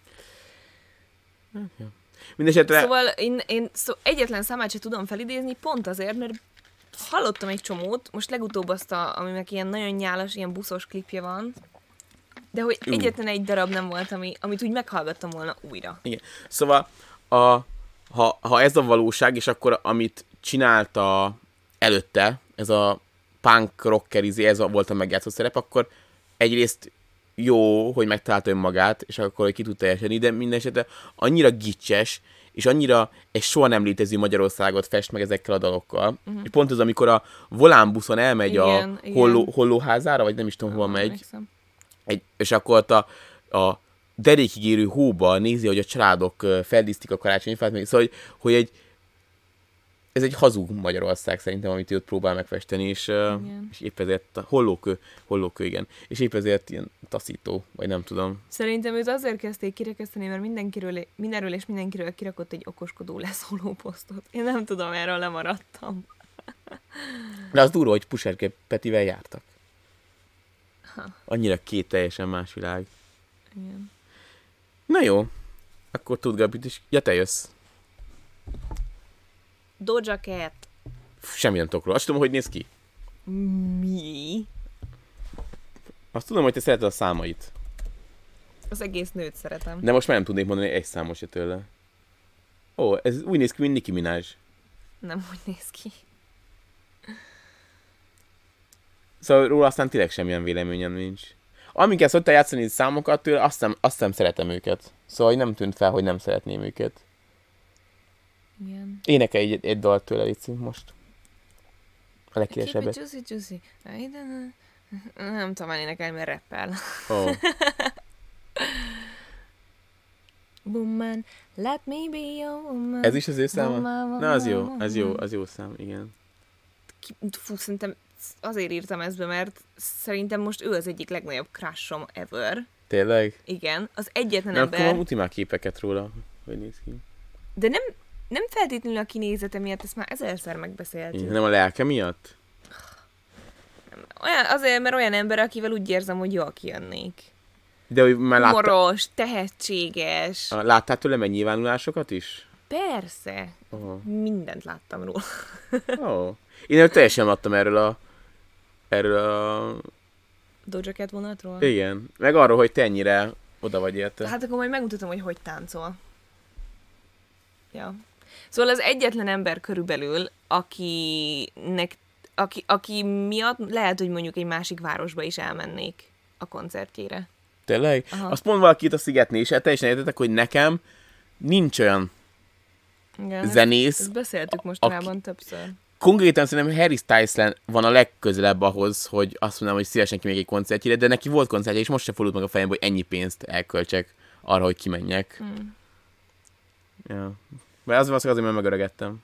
Ja. Mindenesetre... Szóval én, én szó, egyetlen számát sem tudom felidézni, pont azért, mert hallottam egy csomót, most legutóbb azt, a, aminek ilyen nagyon nyálas, ilyen buszos klipje van, de hogy uh. egyetlen egy darab nem volt, ami, amit úgy meghallgattam volna újra. Igen. Szóval, a, ha, ha ez a valóság, és akkor amit csinálta előtte, ez a punk rocker izé, ez a, volt a megjátszott szerep, akkor egyrészt jó, hogy megtalálta önmagát, és akkor ki tud teljesíteni, de minden esetre annyira gicses, és annyira egy soha nem létező Magyarországot fest meg ezekkel a dalokkal. Uh-huh. És pont az, amikor a volánbuszon elmegy igen, a holló, hollóházára, vagy nem is tudom, hova megy, egy, és akkor ott a, a derékig érő hóba nézi, hogy a családok feldísztik a karácsonyfát, szóval, hogy, hogy egy ez egy hazug Magyarország szerintem, amit ő ott próbál megfesteni, és, és épp ezért a hollókő, hollókő, igen, és épp ezért ilyen taszító, vagy nem tudom. Szerintem őt azért kezdték kirekeszteni, mert mindenkiről, mindenről és mindenkiről kirakott egy okoskodó leszóló posztot. Én nem tudom, erről lemaradtam. De az durva, hogy Puserke Petivel jártak. Ha. Annyira két teljesen más világ. Igen. Na jó, akkor tud Gabit is. Ja, te jössz. Doja Cat. Semmi nem tudok róla. Azt tudom, hogy néz ki. Mi? Azt tudom, hogy te szereted a számait. Az egész nőt szeretem. De most már nem tudnék mondani egy számot se tőle. Ó, ez úgy néz ki, mint Nicki Minaj. Nem úgy néz ki. Szóval róla aztán tényleg semmilyen véleményem nincs. Amiket szoktál játszani számokat tőle, azt hiszem, azt hiszem szeretem őket. Szóval nem tűnt fel, hogy nem szeretném őket. Igen. Énekelj egy, egy dalt tőle, Lici, most. A legkíresebbet. Juicy, juicy. Nem tudom énekelni, mert rappel. Oh. Woman, let me be your woman. Ez is az ő száma? Woman, Na, az jó, woman, az jó, woman. az jó szám, igen. Ki- Fú, szerintem azért írtam ezt be, mert szerintem most ő az egyik legnagyobb crushom ever. Tényleg? Igen, az egyetlen Na, akkor ember, ma muti már képeket róla, hogy néz ki. de nem, nem feltétlenül a kinézete miatt, ezt már ezerszer megbeszéltük. Igen, nem a lelke miatt? Olyan, azért, mert olyan ember, akivel úgy érzem, hogy jól kijönnék. De hogy már látta, Humoros, tehetséges. láttál tőle megnyilvánulásokat is? Persze. Oh. Mindent láttam róla. Oh. Én előtt teljesen adtam erről a... Erről a... Doja Cat vonatról? Igen. Meg arról, hogy te ennyire oda vagy érte. Hát akkor majd megmutatom, hogy hogy táncol. Ja. Szóval az egyetlen ember körülbelül, akinek, aki, aki miatt lehet, hogy mondjuk egy másik városba is elmennék a koncertjére. Tényleg? Aha. Azt mond valaki itt a szigetnél, és hát teljesen értetek, hogy nekem nincs olyan Igen, zenész, Ezt, ezt beszéltük mostanában többször. konkrétan szerintem Harry Styles van a legközelebb ahhoz, hogy azt mondanám, hogy szívesen kimegyek egy koncertjére, de neki volt koncertje, és most se fordult meg a fejembe, hogy ennyi pénzt elköltsek arra, hogy kimenjek. Hmm. Ja. Mert az valószínűleg azért, mert megöregedtem.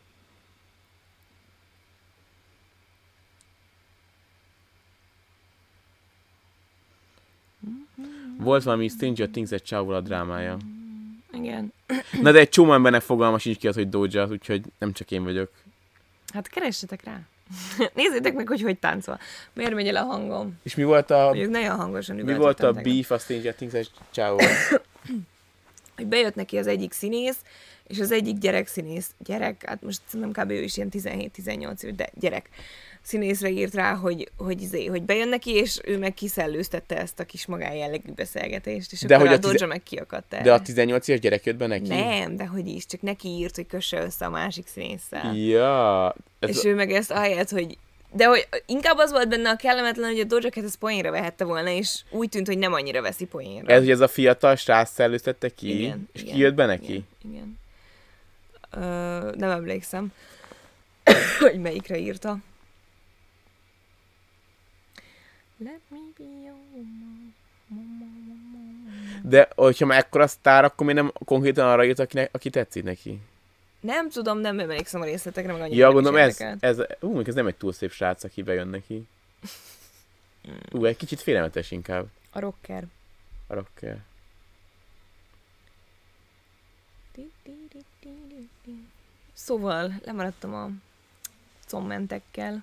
Volt valami Stranger Things egy csávval a drámája. Igen. Na de egy csomó embernek fogalma sincs ki az, hogy Doja, úgyhogy nem csak én vagyok. Hát keressetek rá. Nézzétek meg, hogy hogy táncol. Miért megy el a hangom? És mi volt a, Mondjuk nagyon hangosan mi üvöltöttem volt a tegnap. beef a Stranger Things egy csávval? Hogy bejött neki az egyik színész, és az egyik gyerek színész, gyerek, hát most szerintem kb. Ő is ilyen tizenhét-tizennyolc év, de gyerek színészre írt rá, hogy, hogy, izé, hogy bejön neki, és ő meg kiszellőztette ezt a kis magánjellegű beszélgetést, és De akkor hogy a a tize- Doja meg kiakadt erre. De a tizennyolc éves gyerek jött be neki? Nem, de hogy is, csak neki írt, hogy kösse össze a másik színésszel. Ja. Ez És ő meg ezt ahelyett, hogy... De hogy inkább az volt benne a kellemetlen, hogy a Doja Cat ezt poénra vehette volna, és úgy tűnt, hogy nem annyira veszi poénra. Ez, hogy ez a fiatal srác szellőztette ki? Igen, És igen, ki jött be neki? Igen, igen. Ö, nem emlékszem, hogy melyikre írta. Let me be your woman. De hogyha már ekkora sztár, akkor még nem konkrétan arra írt, aki, aki tetszik neki? Nem tudom, nem emlékszem a részletekre, meg annyira Ja, nem gondolom, is ez, érdekelt. ez, ú, mondjuk ez nem egy túl szép srác, aki bejön neki. Ú, egy kicsit félelmetes inkább. A rocker. A rocker. Szóval lemaradtam a commentekkel.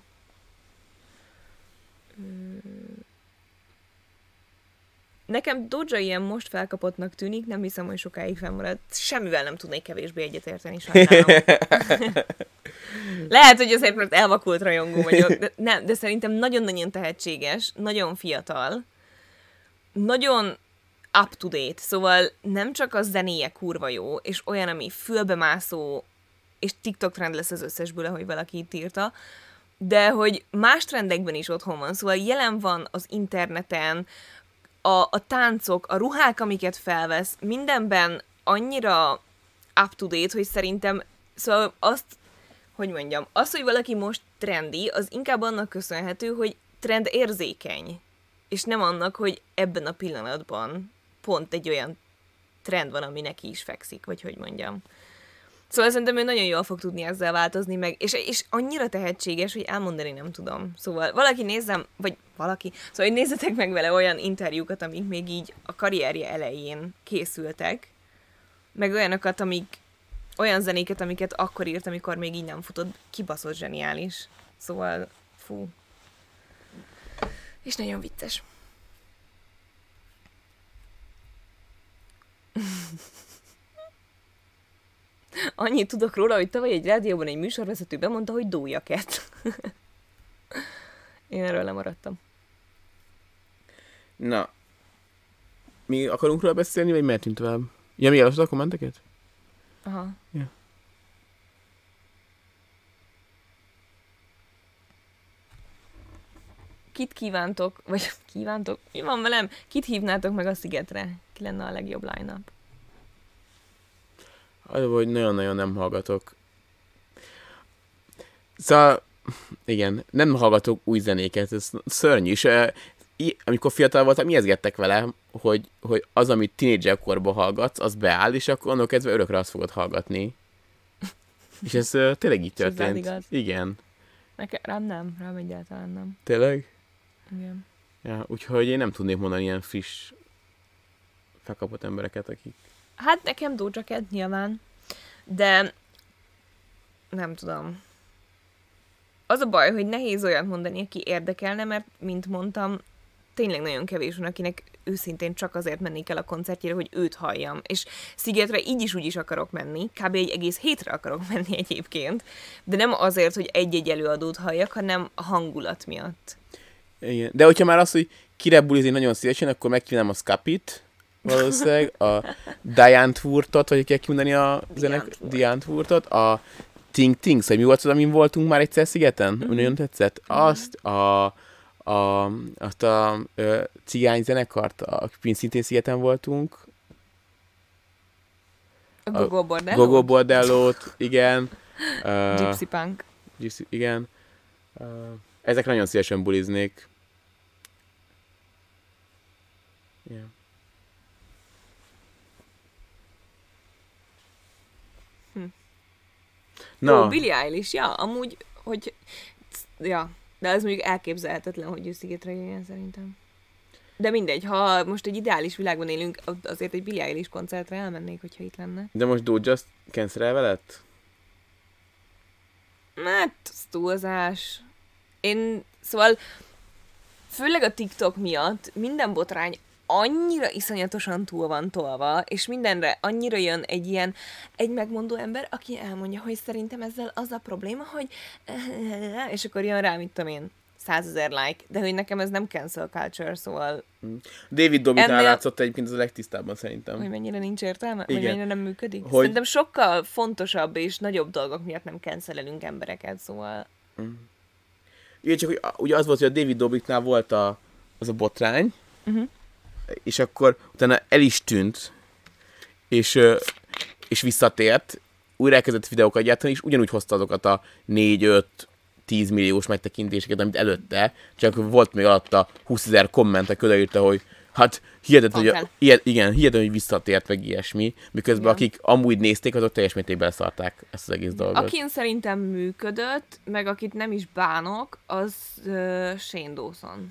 Nekem Doja ilyen most felkapottnak tűnik, nem hiszem, hogy sokáig fennmarad. Semmivel nem tudnék kevésbé egyetérteni, sajnálom. Lehet, hogy azért, mert elvakult rajongó vagyok, de, nem, de szerintem nagyon-nagyon tehetséges, nagyon fiatal, nagyon up-to-date, szóval nem csak a zenéje kurva jó, és olyan, ami fülbemászó, és TikTok trend lesz az összesből, ahogy valaki itt írta, de hogy más trendekben is otthon van, szóval jelen van az interneten, a, a táncok, a ruhák, amiket felvesz, mindenben annyira up-to-date, hogy szerintem, szóval azt, hogy mondjam, az, hogy valaki most trendi, az inkább annak köszönhető, hogy trend érzékeny, és nem annak, hogy ebben a pillanatban pont egy olyan trend van, ami neki is fekszik, vagy hogy mondjam. Szóval szerintem ő nagyon jól fog tudni ezzel változni, meg, és, és annyira tehetséges, hogy elmondani nem tudom. Szóval valaki nézzem, vagy valaki, szóval hogy nézzetek meg vele olyan interjúkat, amik még így a karrierje elején készültek, meg olyanokat, amik, olyan zenéket, amiket akkor írt, amikor még így nem futott, kibaszott zseniális. Szóval, fú. És nagyon vicces. Annyit tudok róla, hogy tavaly egy rádióban egy műsorvezető bemondta, hogy Doja Cat. Én erről lemaradtam. Na. Mi akarunk róla beszélni, vagy mehetünk tovább? Ja, mi elolvasod a kommenteket? Aha. Ja. Kit kívántok, vagy kívántok, mi van velem? Kit hívnátok meg a szigetre? Ki lenne a legjobb line-up? Az, hogy nagyon-nagyon nem hallgatok. Szóval, igen, nem hallgatok új zenéket, ez szörnyű is. i- amikor fiatal voltam, ijeszgettek vele, hogy, hogy az, amit tínédzserkorban hallgatsz, az beáll, és akkor onnantól kezdve örökre azt fogod hallgatni. És ez uh, tényleg így És ez rád történt. igaz? Igen. Nekem, rám nem, rám egyáltalán nem. Tényleg? Igen. Ja, úgyhogy én nem tudnék mondani ilyen friss, felkapott embereket, akik... Hát nekem Doja Cat nyilván, de nem tudom. Az a baj, hogy nehéz olyat mondani, aki érdekelne, mert, mint mondtam, tényleg nagyon kevés van, akinek őszintén csak azért mennék el a koncertjére, hogy őt halljam. És Szigetre így is úgy is akarok menni, kb. Egy egész hétre akarok menni egyébként, de nem azért, hogy egy-egy előadót halljak, hanem a hangulat miatt. Igen. De hogyha már az, hogy kire bulizni nagyon szívesen, akkor megkívánám a Scapit, valószínűleg, a Diane Twurtot, vagy kell kimondani a zenek, Diane Twurtot, a Ting Tings, hogy mi volt az, amin voltunk már egyszer szigeten? Mm-hmm. Nagyon tetszett? Azt, a, a, azt a ö, cigány zenekart, akik szintén szigeten voltunk. A Gogo Bordello? Gogo Bordellót, igen. Uh, Gypsy Punk. Gypsy, igen. Uh, ezekre nagyon szívesen buliznék. Yeah. Hm. Na. Ó, Billie Eilish, ja, amúgy, hogy... Ja, de az mondjuk elképzelhetetlen, hogy ő Szigetre jöjjön szerintem. De mindegy, ha most egy ideális világban élünk, azért egy Billie Eilish koncertre elmennék, hogyha itt lenne. De most Doja cancelelve lett? Hát, az túlzás. Én, szóval, főleg a TikTok miatt minden botrány annyira iszonyatosan túl van tolva, és mindenre annyira jön egy ilyen, egy megmondó ember, aki elmondja, hogy szerintem ezzel az a probléma, hogy és akkor jön rá, mit tudom én, százezer like, de hogy nekem ez nem cancel culture, szóval... David Dobitnál ennél... látszott egyébként az a legtisztábban szerintem. Hogy mennyire nincs értelme? Igen. Vagy mennyire nem működik? Hogy... Szerintem sokkal fontosabb és nagyobb dolgok miatt nem cancelelünk embereket, szóval... Mm. Igen, csak hogy, ugye az volt, hogy a David Dobitnál volt a, az a botrány, uh-huh. és akkor utána el is tűnt, és, és visszatért, újra elkezdett videókat gyártani, és ugyanúgy hozta azokat a négy öt tíz milliós megtekintéseket, amit előtte, csak volt még alatta húszezer komment, aki odaírta, hogy hát hihetetlen, hogy, ilyen, igen, hihetetlen, hogy visszatért, meg ilyesmi, miközben igen. akik amúgy nézték, azok teljes mértékben leszarták ezt az egész dolgot. Akin szerintem működött, meg akit nem is bánok, az uh, Shane Dawson.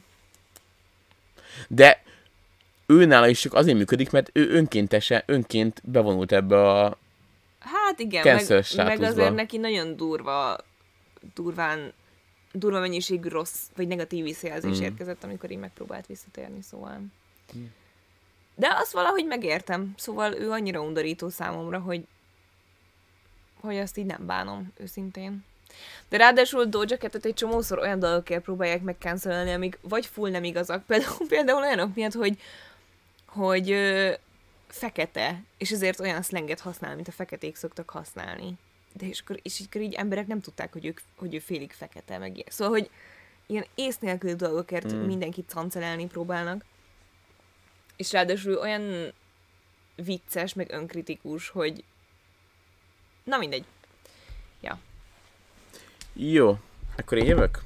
De őnála is csak azért működik, mert ő önkéntesen, önként bevonult ebbe a hát igen, meg, meg azért neki nagyon durva durván, durva mennyiségű rossz, vagy negatív visszajelzés mm. érkezett, amikor így megpróbált visszatérni, szóval. Mm. De azt valahogy megértem, szóval ő annyira undorító számomra, hogy hogy azt így nem bánom, őszintén. De ráadásul Doja Catet egy csomószor olyan dolgokért próbálják megcancelelni, amik vagy full nem igazak, például, például olyanok miatt, hogy hogy ö, fekete, és ezért olyan szlenget használ, mint a feketék szoktak használni. De és akkor, és akkor így emberek nem tudták, hogy, ők, hogy ő félig fekete, meg ilyen. Szóval, hogy ilyen ész nélküli dolgokért mm. mindenkit cancelelni próbálnak. És ráadásul olyan vicces, meg önkritikus, hogy na mindegy. Ja. Jó, akkor én jövök?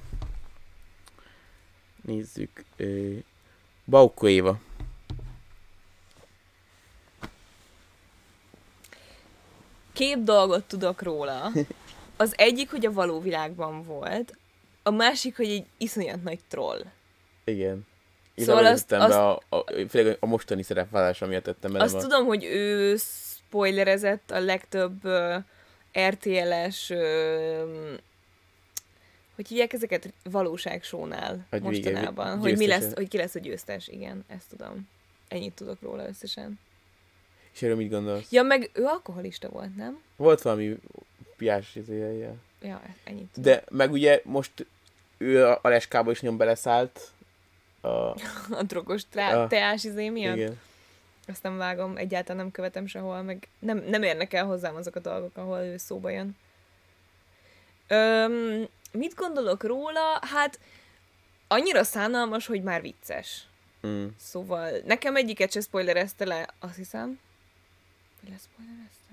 Nézzük. Bauko Éva. Két dolgot tudok róla. Az egyik, hogy a való világban volt, a másik, hogy egy iszonyat nagy troll. Igen. Én szóval azt, azt, be a, a, főleg a mostani szerepvállalása miatt tettem bele. Azt a... tudom, hogy ő spoilerezett a legtöbb uh, er té el-es uh, hogy hívják ezeket valóságsónál hogy mostanában. Hogy, mi lesz, hogy ki lesz a győztes, igen, ezt tudom. Ennyit tudok róla összesen. És erről mit gondolsz? Ja, meg ő alkoholista volt, nem? Volt valami piás izéje. Ja, ennyit tudom. De meg ugye most ő a Leskába is nyom beleszállt. A, a drogos trá- teás izé miatt? Igen. Azt nem vágom, egyáltalán nem követem sehol, meg nem, nem érnek el hozzám azok a dolgok, ahol ő szóba jön. Öm, mit gondolok róla? Hát annyira szánalmas, hogy már vicces. Mm. Szóval nekem egyiket se spoilerezte le, azt hiszem. Vagy leszpoilerezte?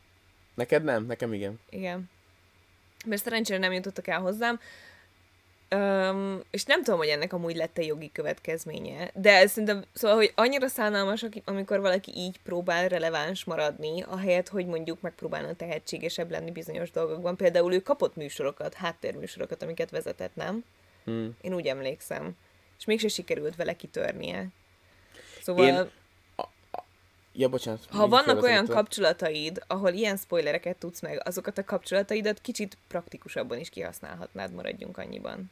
Neked nem? Nekem igen. Igen. Mert szerencsére nem jutottak el hozzám. Um, és nem tudom, hogy ennek amúgy lett-e jogi következménye, de szerintem, szóval, hogy annyira szánalmas, amikor valaki így próbál releváns maradni, ahelyett, hogy mondjuk megpróbálna tehetségesebb lenni bizonyos dolgokban. Például ő kapott műsorokat, háttérműsorokat, amiket vezetett, nem? Hmm. Én úgy emlékszem. És mégse sikerült vele kitörnie. Szóval... Én... Ja, bocsánat. Ha vannak olyan kapcsolataid, ahol ilyen spoilereket tudsz meg, azokat a kapcsolataidat kicsit praktikusabban is kihasználhatnád, maradjunk annyiban.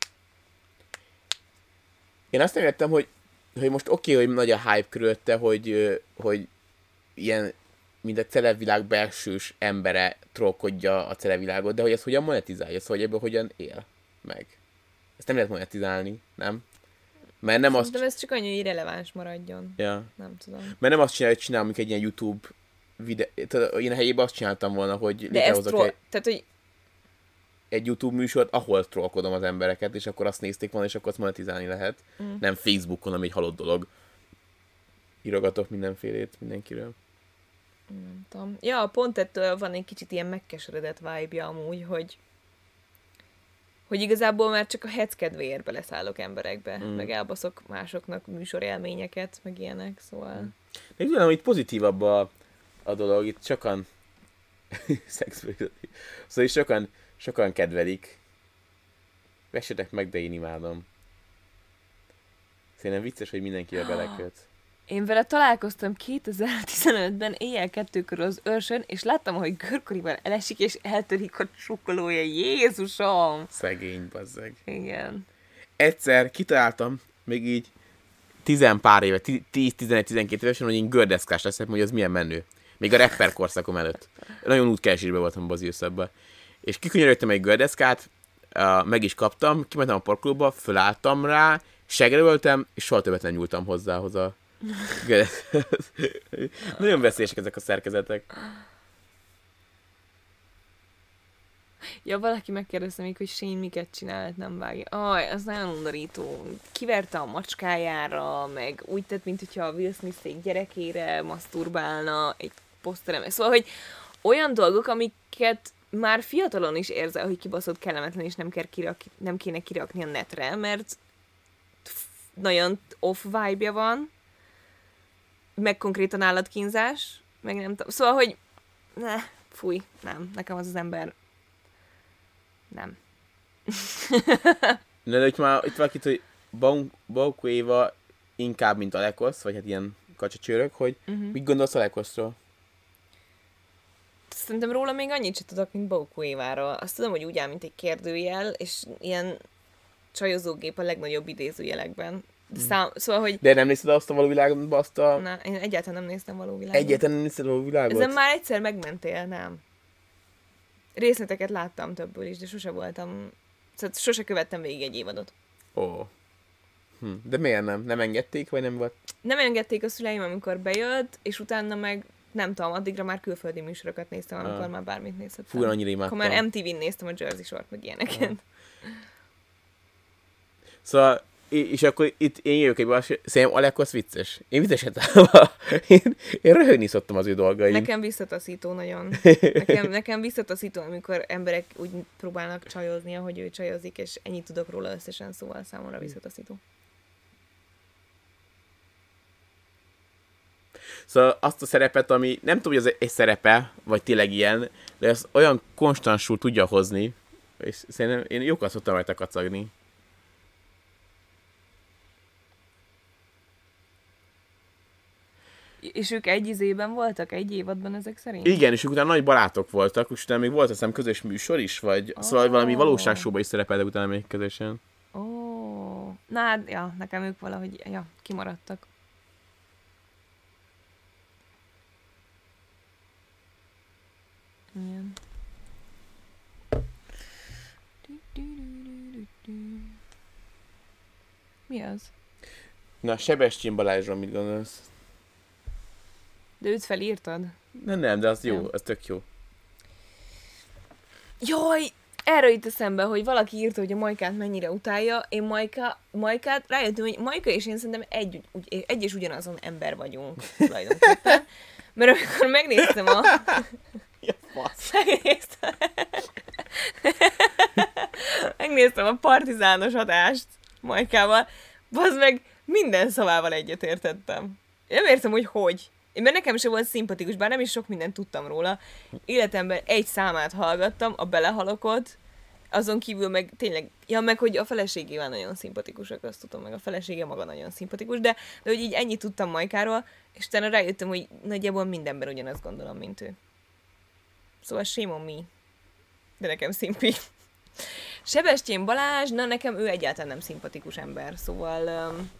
Én azt nem értem, hogy, hogy most oké, okay, hogy nagy a hype körülötte, hogy, hogy ilyen, mint a celebvilág belsős embere trollkodja a celebvilágot, de hogy ezt hogyan monetizálja, szóval hogy ebből hogyan él meg. Ezt nem lehet monetizálni, nem? Mert nem azt... De ez csak annyi, hogy irreleváns maradjon. Ja. Nem tudom. Mert nem azt csinálja, hogy csinálom, egy ilyen YouTube videó... Tehát én a helyében azt csináltam volna, hogy létrehozok troll... egy... Tehát, hogy... egy YouTube műsort, ahol trollkodom az embereket, és akkor azt nézték volna, és akkor azt monetizálni lehet. Mm. Nem Facebookon, ami egy halott dolog. Írogatok mindenfélét mindenkiről. Nem tudom. Ja, pont ettől van egy kicsit ilyen megkeseredett vibe-ja amúgy, hogy hogy igazából már csak a hec kedvéért beleszállok emberekbe, mm. meg elbaszok másoknak műsorélményeket, meg ilyenek, szóval... Mm. Még tudom, hogy pozitívabb a, a dolog, itt sokan szóval is sokan, sokan kedvelik. Vessetek meg, de én imádom. Szerintem vicces, hogy mindenkivel beleköt. Én vele találkoztam kétezer-tizenötben éjjel kettő körül az Őrsön, és láttam, hogy görkorival elesik, és eltörik a csukkolója. Jézusom! Szegény, bazzeg. Igen. Egyszer kitaláltam, még így tizen pár éve, tíz-tizenegy-tizenkét évesen, hogy én gördeszkás leszek, hogy az milyen menő. Még a rapper korszakom előtt. Nagyon útkeresésbe voltam Bazi összebben. És kikönyörögtem egy gördeszkát, meg is kaptam, kimentem a parkolóba, fölálltam rá, seggelöltem, és soha többet nem nyúltam hozzához a nagyon veszélyesek ezek a szerkezetek. Ja, valaki megkérdezte még, hogy Shane miket csinált, nem vágja. Aj, az nagyon undorító. Kiverte a macskájára, meg úgy tett, mint hogyha a Will Smith gyerekére maszturbálna egy poszterem. Szóval, hogy olyan dolgok, amiket már fiatalon is érzel, hogy kibaszott kellemetlen, és nem, kell kirak, nem kéne kirakni a netre, mert nagyon off vibe-ja van, meg konkrétan állatkínzás, meg nem tudom. Szóval, hogy ne, fúj, nem, nekem az az ember nem. De, de itt már itt valakit, hogy Baukó Éva inkább, mint Alekosz, vagy hát ilyen kacsacsőrök, hogy uh-huh. mit gondolsz Alekoszról? Szerintem róla még annyit sem tudok, mint Baukó Éváról. Azt tudom, hogy úgy áll, mint egy kérdőjel, és ilyen csajozógép a legnagyobb idézőjelekben. De, szám, szóval, hogy... De nem nézted azt a való világban, azt a... Na, én egyáltalán nem néztem való világot. Egyáltalán nem nézted való világot? Ezen már egyszer megmentél, nem? Részleteket láttam többből is, de sose voltam... Szóval sose követtem végig egy évadot. Ó. Hm. De miért nem? Nem engedték, vagy nem volt? Nem engedték a szüleim, amikor bejött, és utána meg nem tudom, addigra már külföldi műsorokat néztem, amikor ah. már bármit nézhettem. Fú, annyira imádtam. Akkor már em té vén néztem a Jersey Shore-t, meg ilyeneket. Ah. Szóval, és akkor itt én jövök egy valami, szerintem Alekosz vicces. Én vicceset állva. Én, én röhögni szoktam az ő dolgaim. Nekem visszataszító nagyon. Nekem, nekem visszataszító, amikor emberek úgy próbálnak csajozni, ahogy ő csajozik, és ennyit tudok róla összesen, szóval számomra visszataszító. Szóval azt a szerepet, ami nem tudom, hogy az egy szerepe, vagy tényleg ilyen, de ezt olyan konstansul tudja hozni, és szerintem én jókat szoktam rajta kacagni. És ők egy izében voltak? Egy évadban ezek szerint? Igen, és ők utána nagy barátok voltak, és utána még volt azt hiszem közös műsor is, vagy oh. Szóval valami valóságsóba is szerepeltek utána még közösen. Ó, oh. Na hát, ja, nekem ők valahogy, ja, kimaradtak. Igen. Mi az? Na, Sebestyén Balázsról mit gondolsz? De őt felírtad? Nem, nem, de az jó, nem. Az tök jó. Jaj, erről itt eszembe, hogy valaki írta, hogy a Majkát mennyire utálja. Én Majka, Majkát rájöttem, hogy Majka és én szerintem egy, egy, egy és ugyanazon ember vagyunk tulajdonképpen. Mert amikor megnéztem a... Ja, fasz. Megnéztem... megnéztem a partizános adást Majkával, bazd meg minden szavával egyetértettem. Én nem értem, hogy hogy. Én mert nekem sem volt szimpatikus, bár nem is sok mindent tudtam róla. Életemben egy számát hallgattam, a Belehalokot, azon kívül meg tényleg, ja, meg hogy a feleségével nagyon szimpatikusak, azt tudom, meg a felesége maga nagyon szimpatikus, de, de hogy így ennyit tudtam Majkáról, és utána rájöttem, hogy nagyjából mindenben ugyanazt gondolom, mint ő. Szóval shame on me. De nekem szimpi. Sebestyén Balázs, na nekem ő egyáltalán nem szimpatikus ember, szóval... Um,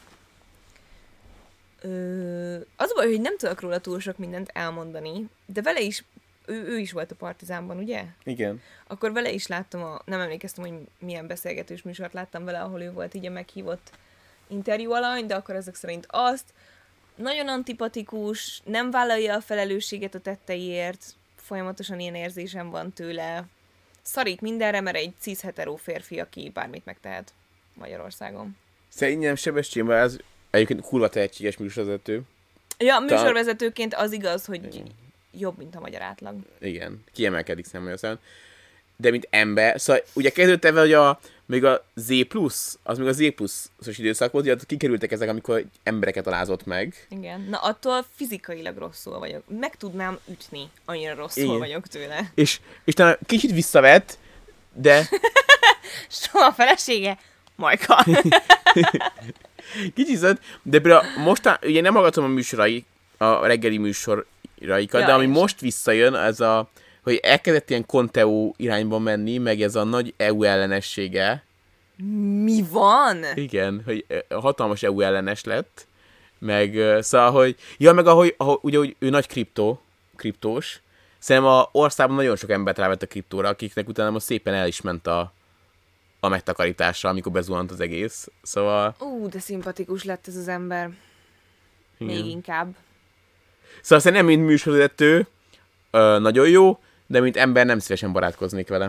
ö, az a baj, hogy nem tudok róla túl sok mindent elmondani, de vele is, ő, ő is volt a Partizánban, ugye? Igen. Akkor vele is láttam, a, nem emlékeztem, hogy milyen beszélgetős műsort láttam vele, ahol ő volt így a meghívott interjú alany, de akkor ezek szerint azt. Nagyon antipatikus, nem vállalja a felelősséget a tetteiért, folyamatosan ilyen érzésem van tőle. Szarít mindenre, mert egy cis-hetero férfi, aki bármit megtehet Magyarországon. Szerintem Sebestyén Balázs egyébként kurva tehetséges műsorvezető. Ja, műsorvezetőként az igaz, hogy Igen. jobb, mint a magyar átlag. Igen, kiemelkedik szemben. De mint ember, szóval ugye kezdődött ebben, hogy a, még a Z plusz, az még a Z pluszos időszak volt, ugye kikerültek ezek, amikor embereket alázott meg. Igen. Na attól fizikailag rosszul vagyok. Meg tudnám ütni, annyira rosszul Igen. vagyok tőle. És, és talán kicsit visszavett, de... Soha a felesége? Majka. Kicsit visszavett, de például most, ugye nem hallgatom a műsorai, a reggeli műsoraikat, Ja, de ami én most visszajön, ez a, hogy elkezdett ilyen Conteo irányba menni, meg ez a nagy é u ellenessége. Mi van? Igen, hogy hatalmas é u ellenes lett, meg szóval, hogy, ja, meg ahogy, ahogy ugye, hogy ő nagy kriptó, kriptós, szerintem a országban nagyon sok embert rávett a kriptóra, akiknek utána most szépen el is ment a, a megtakarításra, amikor bezuhant az egész, szóval... Ú, de szimpatikus lett ez az ember. Igen. Még inkább. Szóval szerintem, mint műsorvezető, nagyon jó, de mint ember nem szívesen barátkoznék vele.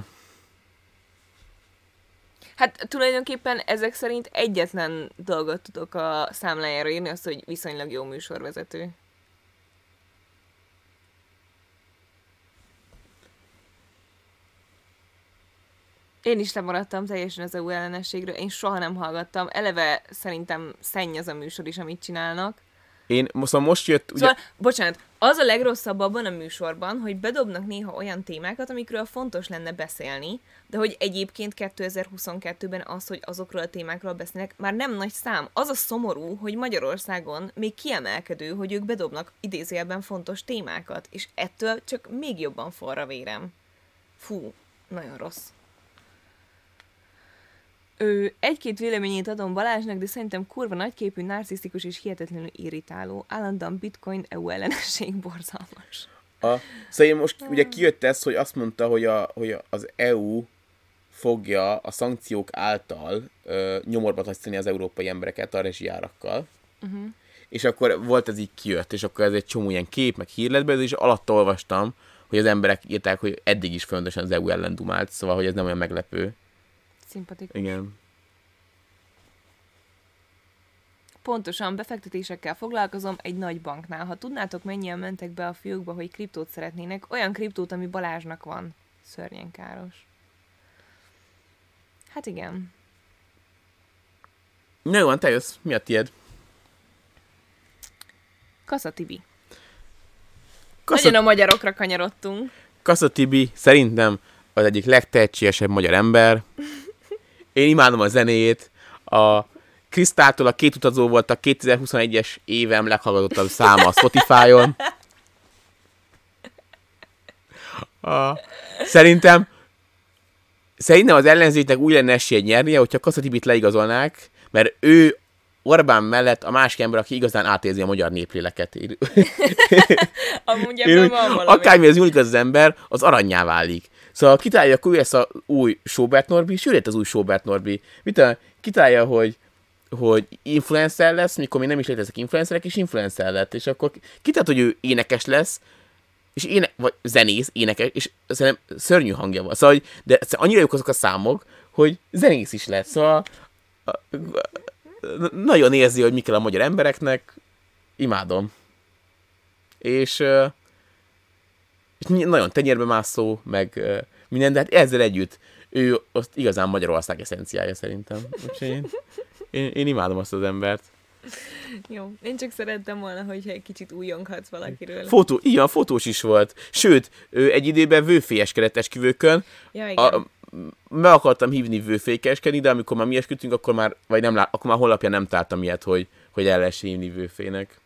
Hát tulajdonképpen ezek szerint egyetlen dolgot tudok a számlájára írni, az, hogy viszonylag jó műsorvezető. Én is lemaradtam teljesen az é u ellenességről, én soha nem hallgattam. Eleve szerintem szenny az a műsor is, amit csinálnak. Én szóval most jött... Ugye... Szóval, bocsánat, az a legrosszabb abban a műsorban, hogy bedobnak néha olyan témákat, amikről fontos lenne beszélni, de hogy egyébként kétezer-huszonkettőben az, hogy azokról a témákról beszélnek, már nem nagy szám. Az a szomorú, hogy Magyarországon még kiemelkedő, hogy ők bedobnak idézőjelben fontos témákat, és ettől csak még jobban forra vérem. Fú, nagyon rossz. Ő egy-két véleményét adom Balázsnak, de szerintem kurva nagyképű, narcisztikus és hihetetlenül irritáló. Állandóan bitcoin é u ellenesség borzalmas. A, szóval én most ugye kijött ez, hogy azt mondta, hogy, a, hogy az é u fogja a szankciók által ö, nyomorba taszítani az európai embereket a rezsijárakkal. Uh-huh. És akkor volt ez így kijött, és akkor ez egy csomó ilyen kép, meg hír lett belőle, és alatt olvastam, hogy az emberek írták, hogy eddig is fontosan az é u ellen dumált, szóval, hogy ez nem olyan meglepő. Szimpatikus. Igen. Pontosan, befektetésekkel foglalkozom egy nagy banknál. Ha tudnátok, mennyien mentek be a fiókba, hogy kriptót szeretnének, olyan kriptót, ami Balázsnak van. Szörnyen káros. Hát igen. Na jó, te jössz. Mi a tied? Kassa Tibi. Kassa... Nagyon a magyarokra kanyarodtunk. Kassa Tibi szerintem az egyik legtehetségesebb magyar ember. Én imádom a zenéjét. A Krisztától a Két utazó volt a kétezer-huszonegyes évem leghallgatottabb száma a Spotify-on. A... Szerintem Szerintem az ellenzéknek úgy lenne esélye nyernie, hogyha Kassa Tibit leigazolnák, mert ő Orbán mellett a másik ember, aki igazán átérzi a magyar népléleket. Amúgy ebben van valami. Akármi az nyúlik az ember, az aranyá válik. Szóval kitálja, akkor ő lesz az új Sobert Norbi, és ő lett az új Sobert Norbi. Mit a, kitálja, hogy, hogy influencer lesz, mikor még nem is léteznek influencerek, és influencer lett. És akkor kitált, hogy ő énekes lesz, és éne, vagy zenész, énekes, és szerintem szörnyű hangja van. Szóval, de annyira jók azok a számok, hogy zenész is lett. Szóval nagyon érzi, hogy mi kell a magyar embereknek. Imádom. És, és nagyon tenyérbe mászó, meg minden, de hát ezzel együtt ő azt igazán Magyarország eszenciája szerintem. Úgyhogy én, én, én imádom azt az embert. Jó, én csak szerettem volna, hogyha egy kicsit újonghatsz valakiről. Fotó, igen, fotós is volt. Sőt, ő egy időben vőfélyeskedett esküvőkön. Ja, igen. A, meg akartam hívni vőfékeskedni, de amikor már mi esküdtünk, akkor már, vagy nem lát, akkor már honlapján nem találtam ilyet, hogy, hogy el lehessen hívni vőfének.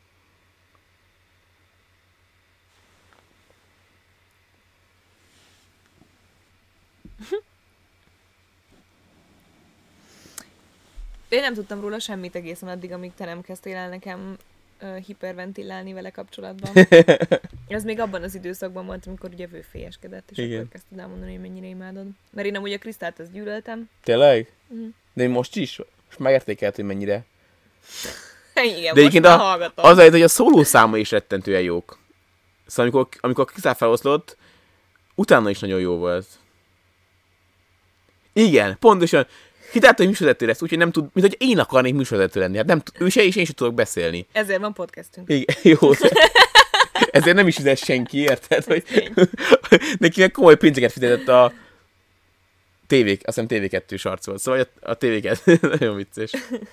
Én nem tudtam róla semmit egészen addig, amíg te nem kezdtél el nekem uh, hiperventilálni vele kapcsolatban. Ez még abban az időszakban volt, amikor ugye vőfélyeskedett, és Igen. akkor kezdted elmondani, hogy mennyire imádod. Mert én amúgy a Krisztát azt gyűlöltem. Tényleg? Mhm. De én most is? Most megértékelt, hogy mennyire. Igen, De most egyébként már a, hallgatom. azért, hogy a szóló száma is rettentően jók. Szóval amikor, amikor a Krisztál feloszlott, utána is nagyon jó volt. Igen, pontosan. Hitálta, hogy műsorvezető lesz, úgyhogy nem tud, mint hogy én akarnék műsorvezető lenni. Hát nem, tud- ő se, és én sem tudok beszélni. Ezért van podcastünk. Igen, jó. Ezért nem is fizet senki, érted? Hogy neki meg komoly pénzeket fizetett a tévé, azt hiszem té vé kettős arc volt. Szóval a, a té vé kettő nagyon vicces.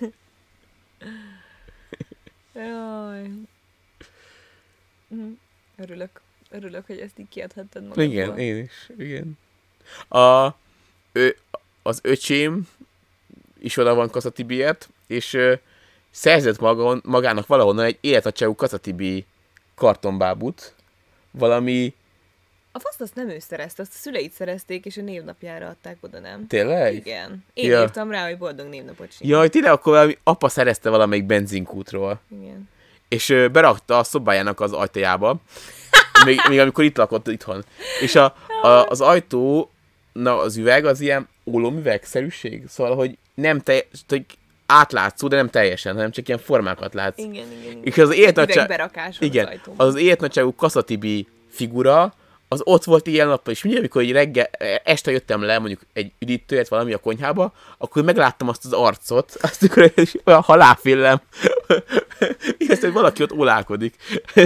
Jaj. Mhm. Örülök. Örülök, hogy ezt így kiadhattad magadból. Igen, én is. Igen. A, ő, az öcsém is oda van Kaszatibiért, és ö, szerzett maga, magának valahonnan egy életnagyságú Kaszatibi kartonbábut. Valami... A faszt azt nem ő szerezte, azt a szüleit szerezték, és a névnapjára adták oda, nem? Tényleg? Igen. Én Ja. írtam rá, hogy boldog névnapot sincs. Jaj, tényleg akkor valami apa szerezte valamelyik benzinkútról. Igen. És ö, berakta a szobájának az ajtajába, még, még amikor itt lakott itthon. És a, a, az ajtó, na, az üveg az ilyen ólomüvegszerűség, szóval, hogy nem te, hogy átlátszó, de nem teljesen, hanem csak ilyen formákat látsz. Igen, igen, igen. És az életnagyság... Üvegberakás van Igen, az ajtóban. az életnagyságú Kaszatibi figura, az ott volt ilyen nappal, és mindig, amikor egy reggel, este jöttem le, mondjuk egy üdítőért valami a konyhába, akkor megláttam azt az arcot, azt akkor olyan halálfélem, ezt, hogy valaki ott olálkodik.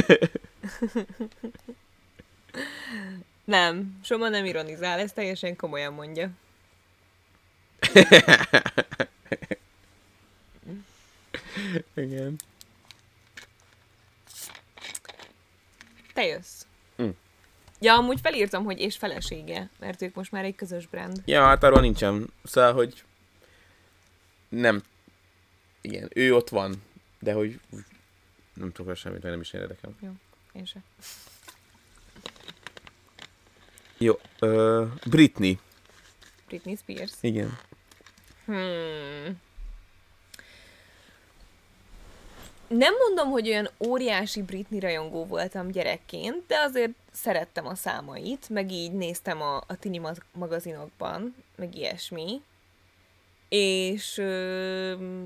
Nem, Soma nem ironizál, ez teljesen komolyan mondja. Igen. Te jössz. Mm. Ja, amúgy felírtam, hogy és felesége, mert ők most már egy közös brand. Ja, hát arról nincsen. Szóval, hogy nem. Igen, ő ott van, de hogy nem tudok semmit, mert nem is érdekel. Jó, én se. Jó, uh, Britney. Britney Spears. Igen. Hmm. Nem mondom, hogy olyan óriási Britney rajongó voltam gyerekként, de azért szerettem a számait, meg így néztem a, a tini mag- magazinokban, meg ilyesmi. És... Ö...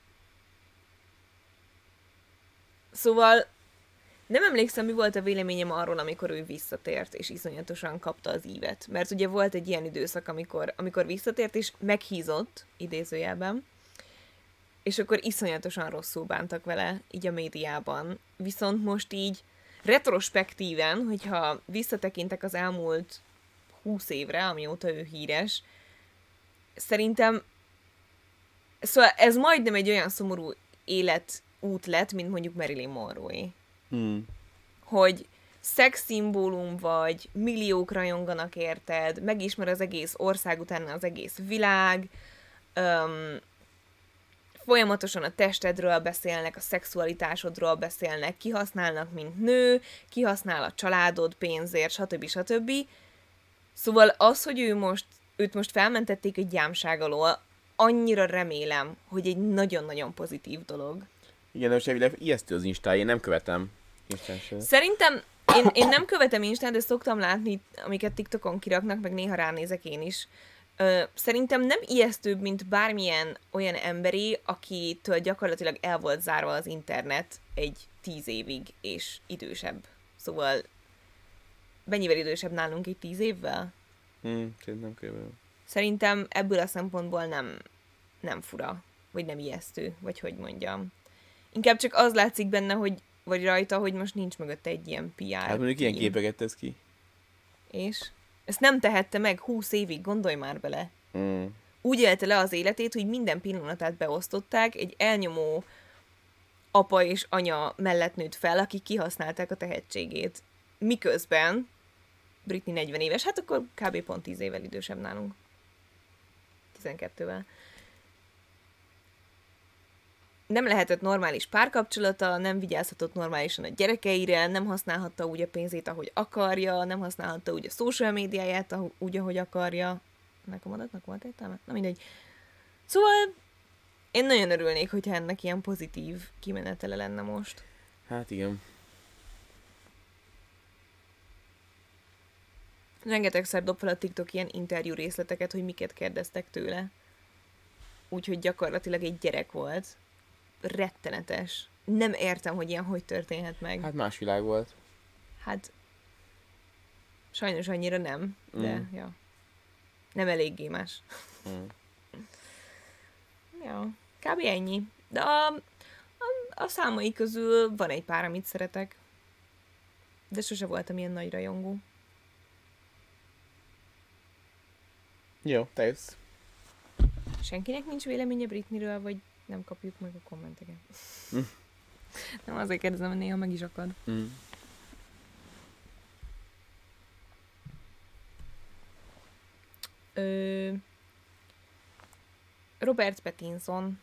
Szóval nem emlékszem, mi volt a véleményem arról, amikor ő visszatért, és iszonyatosan kapta az ívet. Mert ugye volt egy ilyen időszak, amikor, amikor visszatért, és meghízott, idézőjelben, és akkor iszonyatosan rosszul bántak vele, így a médiában. Viszont most így retrospektíven, hogyha visszatekintek az elmúlt húsz évre, amióta ő híres, szerintem szóval ez majdnem egy olyan szomorú életút lett, mint mondjuk Marilyn Monroe. Hmm. Hogy szexszimbólum vagy, milliók rajonganak érted, megismer az egész ország, utána az egész világ, öm, folyamatosan a testedről beszélnek, a szexualitásodról beszélnek, kihasználnak, mint nő, kihasznál a családod pénzért, stb. stb. Szóval az, hogy ő most, őt most felmentették egy gyámság alól, annyira remélem, hogy egy nagyon-nagyon pozitív dolog. Igen, de most elvileg ijesztő az Instája, én nem követem. Instán se. Szerintem én, én nem követem Instán, de szoktam látni, amiket TikTokon kiraknak, meg néha ránézek én is. Ö, szerintem nem ijesztőbb, mint bármilyen olyan emberi, akitől gyakorlatilag el volt zárva az internet egy tíz évig, és idősebb. Szóval mennyivel idősebb nálunk egy tíz évvel? Hmm, szerintem körülbelül. Szerintem ebből a szempontból nem, nem fura, vagy nem ijesztő, vagy hogy mondjam. Inkább csak az látszik benne, hogy vagy rajta, hogy most nincs mögötte egy ilyen pé er. Hát mondjuk ilyen tím. képeket tesz ki. És? Ezt nem tehette meg húsz évig, gondolj már bele. Mm. Úgy élte le az életét, hogy minden pillanatát beosztották, egy elnyomó apa és anya mellett nőtt fel, akik kihasználták a tehetségét. Miközben Britney negyven éves, hát akkor kb. Pont tíz évvel idősebb nálunk. tizenkettővel. Nem lehetett normális párkapcsolata, nem vigyázhatott normálisan a gyerekeire, nem használhatta úgy a pénzét, ahogy akarja, nem használhatta úgy a social médiáját, úgy, ahogy akarja. Ennek a mondatnak volt értelme? Na mindegy. Szóval én nagyon örülnék, hogyha ennek ilyen pozitív kimenetele lenne most. Hát igen. Rengetegszer dob fel a TikTok ilyen interjú részleteket, hogy miket kérdeztek tőle. Úgyhogy gyakorlatilag egy gyerek volt. Rettenetes. Nem értem, hogy ilyen hogy történhet meg. Hát más világ volt. Hát sajnos annyira nem, de mm. ja. Nem eléggé más. Mm. Ja, kb. Ennyi. De a, a, a számai közül van egy pár, amit szeretek. De sose voltam ilyen nagy rajongó. Jó, te jössz. Senkinek nincs véleménye Britneyről, vagy nem kapjuk meg a kommenteket? Mm. Nem, azért kérdezem, hogy néha meg is akad. Mm. Ö... Robert Pattinson.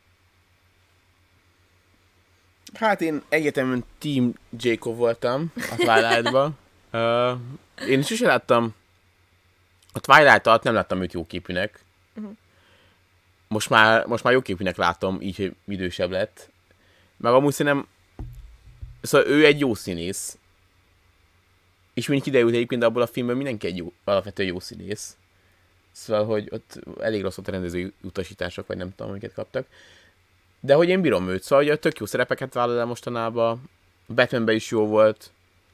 Hát én egyetemen Team Jacob voltam a Twilight-ban. uh, én is sose láttam a Twilight alatt, nem láttam őt jóképűnek. Uh-huh. Most már, most már jóképűnek látom, így, hogy idősebb lett. Meg amúgy szerintem, szóval ő egy jó színész. És mint kiderült egyébként abból a filmben mindenki egy jó, alapvetően jó színész. Szóval, hogy ott elég rossz volt a rendezői utasítások, vagy nem tudom, amiket kaptak. De hogy én bírom őt, szóval hogy tök jó szerepeket vállal el mostanában. Batmanben is jó volt.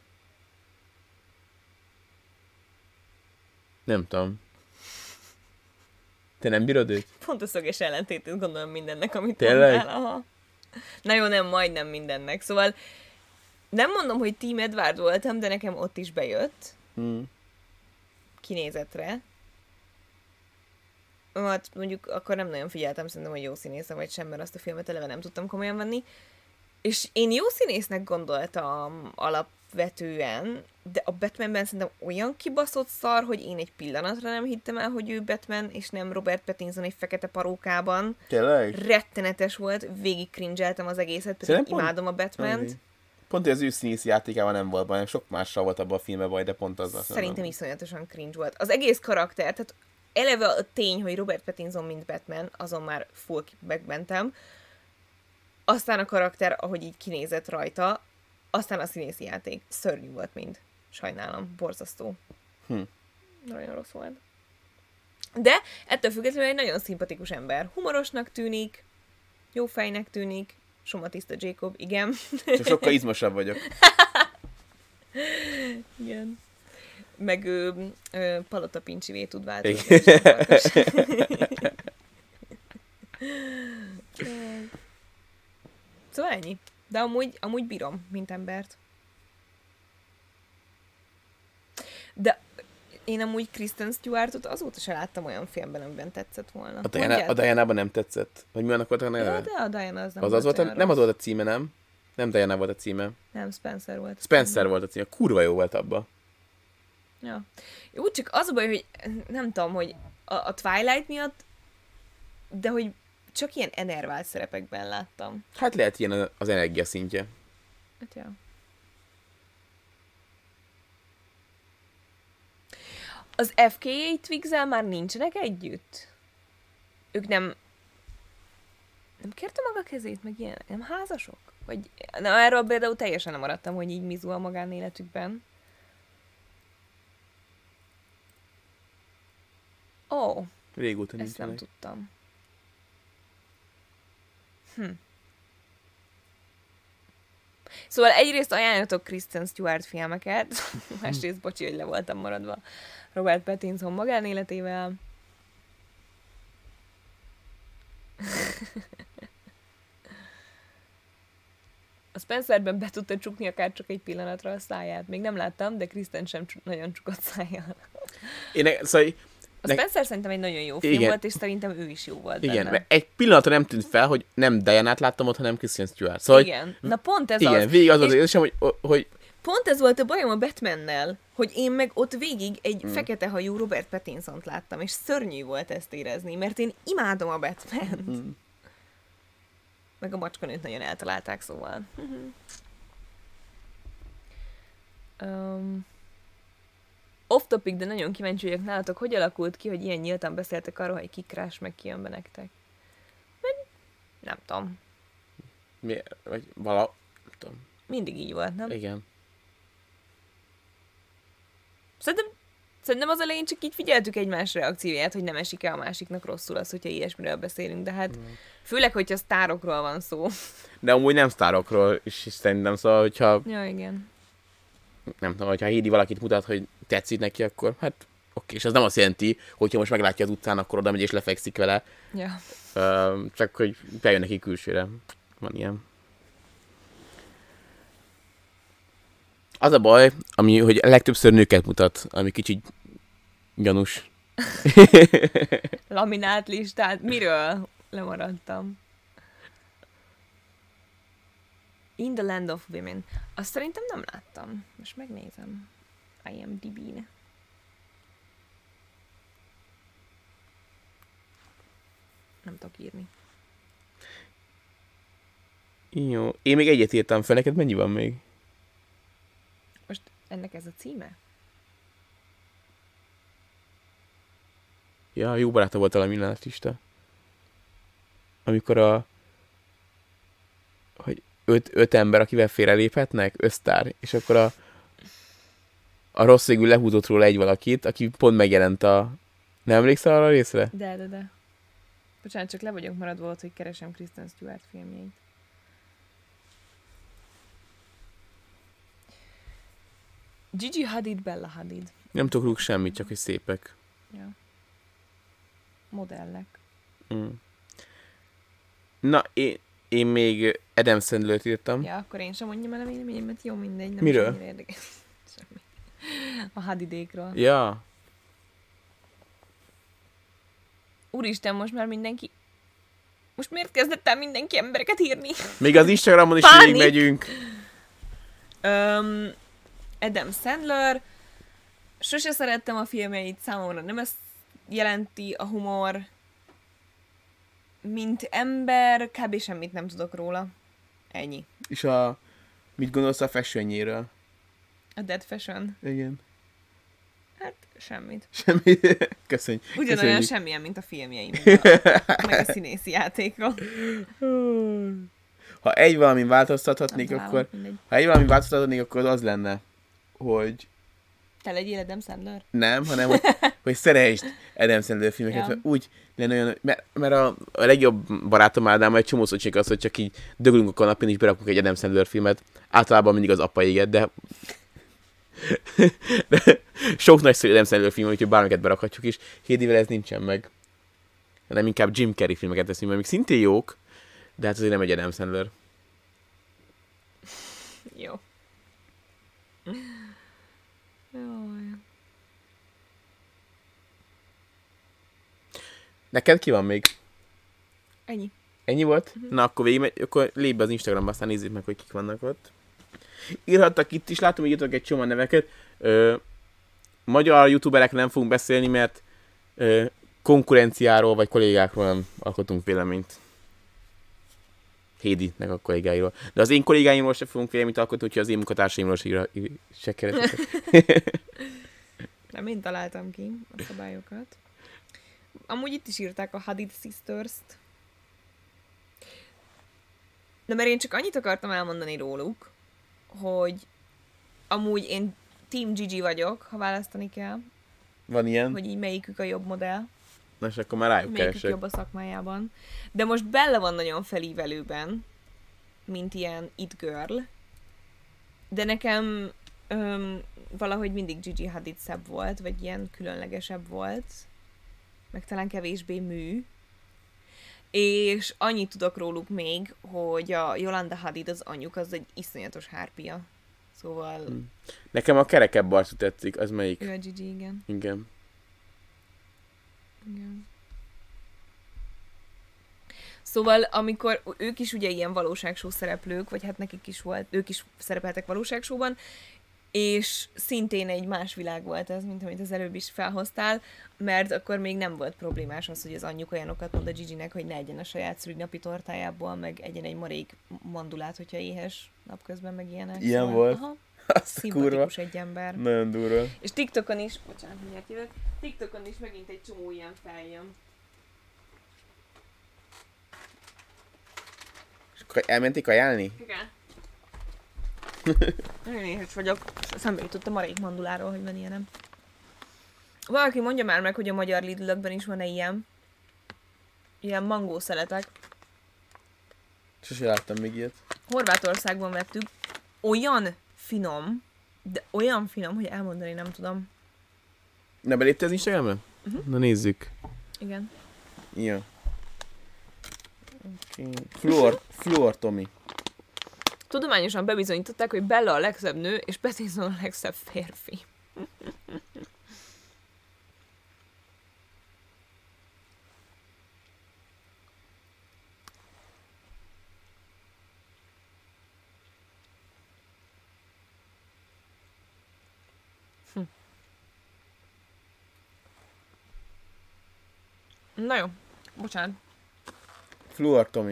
Nem tudom. Te nem bírod őt? Pont a szöges ellentétét gondolom mindennek, amit Tényleg? mondtál. Aha. Na jó, nem, majdnem mindennek. Szóval nem mondom, hogy Team Edward voltam, de nekem ott is bejött. Hmm. Kinézetre. Hát mondjuk akkor nem nagyon figyeltem, szerintem, hogy jó színésze vagy sem, mert azt a filmet eleve nem tudtam komolyan venni. És én jó színésznek gondoltam alapvetően, de a Batmanben szerintem olyan kibaszott szar, hogy én egy pillanatra nem hittem el, hogy ő Batman, és nem Robert Pattinson egy fekete parókában. Tényleg? Rettenetes volt, végig cringeltem az egészet, pedig szerintem imádom pont... a Batmant. Pont az ő színész játékában nem volt baj, sok mással volt abban a filmben baj, de pont az. Szerintem iszonyatosan cringe volt. Az egész karakter, tehát eleve a tény, hogy Robert Pattinson mint Batman, azon már full megmentem. Aztán a karakter, ahogy így kinézett rajta, aztán a színészi játék. Szörnyű volt mind. Sajnálom. Borzasztó. Hm. Nagyon rossz volt. De ettől függetlenül egy nagyon szimpatikus ember. Humorosnak tűnik, jó fejnek tűnik, soma tiszta Jacob, igen. Csak sokkal izmosabb vagyok. Igen. Meg ő, ő Palota Pincsivé tud változni. Szóval ennyi. De amúgy, amúgy bírom, mint embert. De én amúgy Kristen Stewartot azóta se láttam olyan filmben, amiben tetszett volna. A, Diana, a Diana-ban nem tetszett? Vagy mi annak volt a neve? Ja, de a Diana az nem az volt az volt a, Nem az volt a címe, nem? Nem Diana volt a címe. Nem, Spencer volt. Spencer volt a címe. Kurva jó volt abba. Ja. Jó, csak az a baj, hogy nem tudom, hogy a, a Twilight miatt, de hogy csak ilyen enervált szerepekben láttam. Hát lehet ilyen az energia szintje. Hát ja. Az ef ká á Twigsel már nincsenek együtt? Ők nem... Nem kérte maga kezét, meg ilyen? Nem házasok? Vagy... Na, erről például teljesen nem maradtam, hogy így mizu a magánéletükben. Ó. Oh, régóta ezt nincsenek. nem tudtam. Hm. Szóval egyrészt ajánljatok Kristen Stewart filmeket, másrészt bocsi, hogy le voltam maradva Robert Pattinson magánéletével. A Spencerben be tudta csukni akár csak egy pillanatra a száját. Még nem láttam, de Kristen sem nagyon csukott szájjal. Én, ne- szóval, A ne- Spencer szerintem egy nagyon jó film Igen. volt, és szerintem ő is jó volt igen, benne. mert egy pillanatra nem tűnt fel, hogy nem Diana-t láttam ott, hanem Kristen Stewart. Szóval, hogy- Igen. Na pont ez igen, az. végig az volt És- az érzésem, hogy, hogy Pont ez volt a bajom a Batmannel, hogy én meg ott végig egy mm. fekete hajú Robert Pattinsont láttam, és szörnyű volt ezt érezni, mert én imádom a Batmant. Mm. Meg a macskanőt nagyon eltalálták, szóval. um, off topic, de nagyon kíváncsi vagyok nálatok, hogy alakult ki, hogy ilyen nyíltan beszéltek arról, hogy ki crush, meg ki jön be nektek. Mert nem tudom. mi, vagy vala, nem tudom. Mindig így volt, nem? Igen. Szerintem, szerintem az elején csak így figyeltük egymás reakcióját, hogy nem esik-e a másiknak rosszul az, hogyha ilyesmiről beszélünk, de hát mm. főleg, hogyha sztárokról van szó. De amúgy nem sztárokról is szerintem, szóval, hogyha Ja, igen. nem tudom, hogyha Hédi valakit mutat, hogy tetszik neki, akkor hát oké, és ez nem azt jelenti, hogyha most meglátja az utcán, akkor oda megy és lefekszik vele. Ja. Uh, csak hogy bejön neki külsőre. Van ilyen. Az a baj, ami, hogy legtöbbször nőket mutat, ami kicsit gyanús. Laminált listát. Miről lemaradtam? In the Land of Women. Azt szerintem nem láttam. Most megnézem. IMDb-n. Nem tudok írni. Jó. Én még egyet írtam fel, neked mennyi van még? Most ennek ez a címe? Ja, jó baráta volt a Laminát Lista. Amikor a hogy öt, öt ember, akivel félreléphetnek, ösztár, és akkor a a rossz végül lehúzott róla egy valakit, aki pont megjelent a... Nem emlékszel arra a részre? De, de, de. Bocsánat, csak le vagyok maradva volt, hogy keresem Kristen Stewart filmjeit. Gigi Hadid, Bella Hadid. Nem tudok rúg semmit, csak hogy szépek. Ja. Modellek. Mm. Na, én, én még Adam Sandlert írtam. Ja, akkor én sem mondjam el a véleményemet. Jó, mindegy. Nem Miről? is annyira érdekes. Semmi. A Hadidékról. Ja. Úristen, most már mindenki... Most miért kezdett el mindenki embereket írni? Még az Instagramon is Pánik! végig megyünk. Um, Adam Sandler. Sose szerettem a filmjeit, számomra nem ezt jelenti a humor. Mint ember, kb. Semmit nem tudok róla. Ennyi. És a... Mit gondolsz a fashionjéről? A Dead Fashion. Igen. Hát, semmit. Semmi. Köszönjük. Ugyanolyan Köszönjük. semmilyen, mint a filmjeim. Meg a, meg a színészi játékról. Ha egy valami változtathatnék, Nem akkor... találok, mindegy. Ha egy valami változtathatnék, akkor az lenne, hogy Te legyél Adam Sandler? nem, hanem hogy, hogy szeresd Adam Sandler filmeket, Ja. mert úgy lenne olyan, mert, mert a, a legjobb barátom Ádám egy csomószor csinálja azt, hogy csak így döglünk a kanapén, és berakunk egy Adam Sandler filmet. Általában mindig az apa éget, de, de sok nagyszerű Adam Sandler film, úgyhogy bármiket berakhatjuk is. Hédivel ez nincsen meg. Nem inkább Jim Carrey filmeket teszünk, mert még szintén jók, de hát azért nem egy Adam Sandler. Jó. Jaj. Neked ki van még? Ennyi. Ennyi volt? Uh-huh. Na, akkor végig, akkor lépj be az Instagramba, aztán nézzük meg, hogy kik vannak ott. Írhattak itt is, látom, hogy írtak egy csomó neveket. Ö, magyar youtuberekre nem fogunk beszélni, mert ö, konkurenciáról vagy kollégákról nem alkotunk véleményt. Hédinek a kollégáiról. De az én kollégáimról se fogunk véleményt alkotni, úgyhogy az én munkatársaimról se, ír, ír, se keresetek. Nem én találtam ki a szabályokat. Amúgy itt is írták a Hadid Sisters-t. De mert én csak annyit akartam elmondani róluk, hogy amúgy én Team Gigi vagyok, ha választani kell, Van ilyen? hogy így melyikük a jobb modell, Na, és akkor már rájuk melyikük keresek. jobb a szakmájában. De most Bella van nagyon felívelőben, mint ilyen it girl. De nekem öm, valahogy mindig Gigi Hadid szebb volt, vagy ilyen különlegesebb volt. Meg talán kevésbé mű. És annyit tudok róluk még, hogy a Yolanda Hadid az anyjuk, az egy iszonyatos hárpia. Szóval Nekem a kerekebb arcú tetszik, az melyik? ő a Gigi, igen. Igen. Igen. Szóval, amikor ők is ugye ilyen valóságshow szereplők, vagy hát nekik is volt, ők is szerepeltek valóságshow-ban, és szintén egy más világ volt ez, mint amit az előbb is felhoztál, mert akkor még nem volt problémás az, hogy az anyjuk olyanokat mond a Giginek, hogy ne egyen a saját szülinapi tortájából, meg egyen egy marék mandulát, hogyha éhes napközben, meg ilyenek. Ilyen szóval, volt? Aha, Azt szimpatikus egy ember. Nagyon durva. És TikTokon is, bocsánat, mindjárt jövök, TikTokon is megint egy csomó ilyen feljön. És akkor elmenték ajánlni? Igen. Nagyon éhes vagyok. Szembe jutott a marék manduláról, hogy van ilyenem. Valaki mondja már meg, hogy a magyar Lidl-ökben is van-e ilyen. Ilyen mangó szeletek. Sose láttam még ilyet. Horvátországban vettük. Olyan finom, de olyan finom, hogy elmondani nem tudom. Ne belépte az Instagramra? Uh-huh. Na nézzük. Igen. Ja. Okay. Fluor, Fluor Tomi. Tudományosan bebizonyították, hogy Bella a legszebb nő, és Pattinson a legszebb férfi. Hm. Na jó, bocsánat. Fluor Tomi.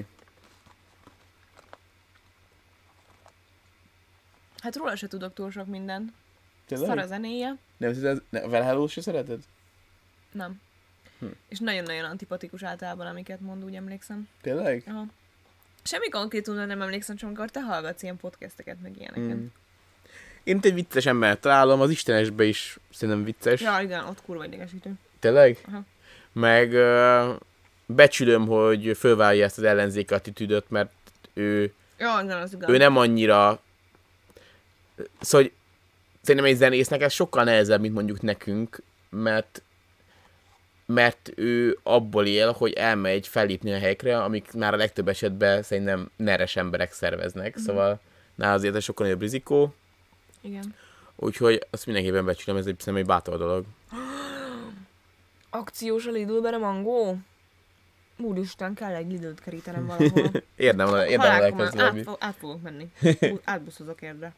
Hát róla se tudok túl sok mindent. Tényleg? Szar a zenéje. Nem, ez, ne, Velhello se szereted? Nem. Hm. És nagyon-nagyon antipatikus általában, amiket mond, úgy emlékszem. Tényleg? Aha. Semmi konkrétumra nem emlékszem, csak amikor te hallgatsz ilyen podcasteket, meg ilyeneket. Mm. Én itt egy vicces embert találom, az Istenesbe is szerintem vicces. Ja, igen, ott kurva idegesítő. Tényleg? Aha. Meg uh, becsülöm, hogy fölvállalja ezt az ellenzéki attitűdöt, mert ő, Ja, igen, az igaz. ő nem annyira... Szóval szerintem egy zenésznek ez sokkal nehezebb, mint mondjuk nekünk, mert mert ő abból él, hogy elmegy fellépni a helyekre, amik már a legtöbb esetben szerintem neres emberek szerveznek, mm. szóval nála azért ez sokkal nagyobb rizikó. Igen. Úgyhogy azt mindenképpen becsülöm, ez egy, szerintem egy bátor dolog. Akciós a Lidl-ben a mangó? Úristen, kell egy Lidl-t kerítenem valahol. Érdemel, érdemel elkezdeni. Át, át fogok menni. Átbuszozok érde.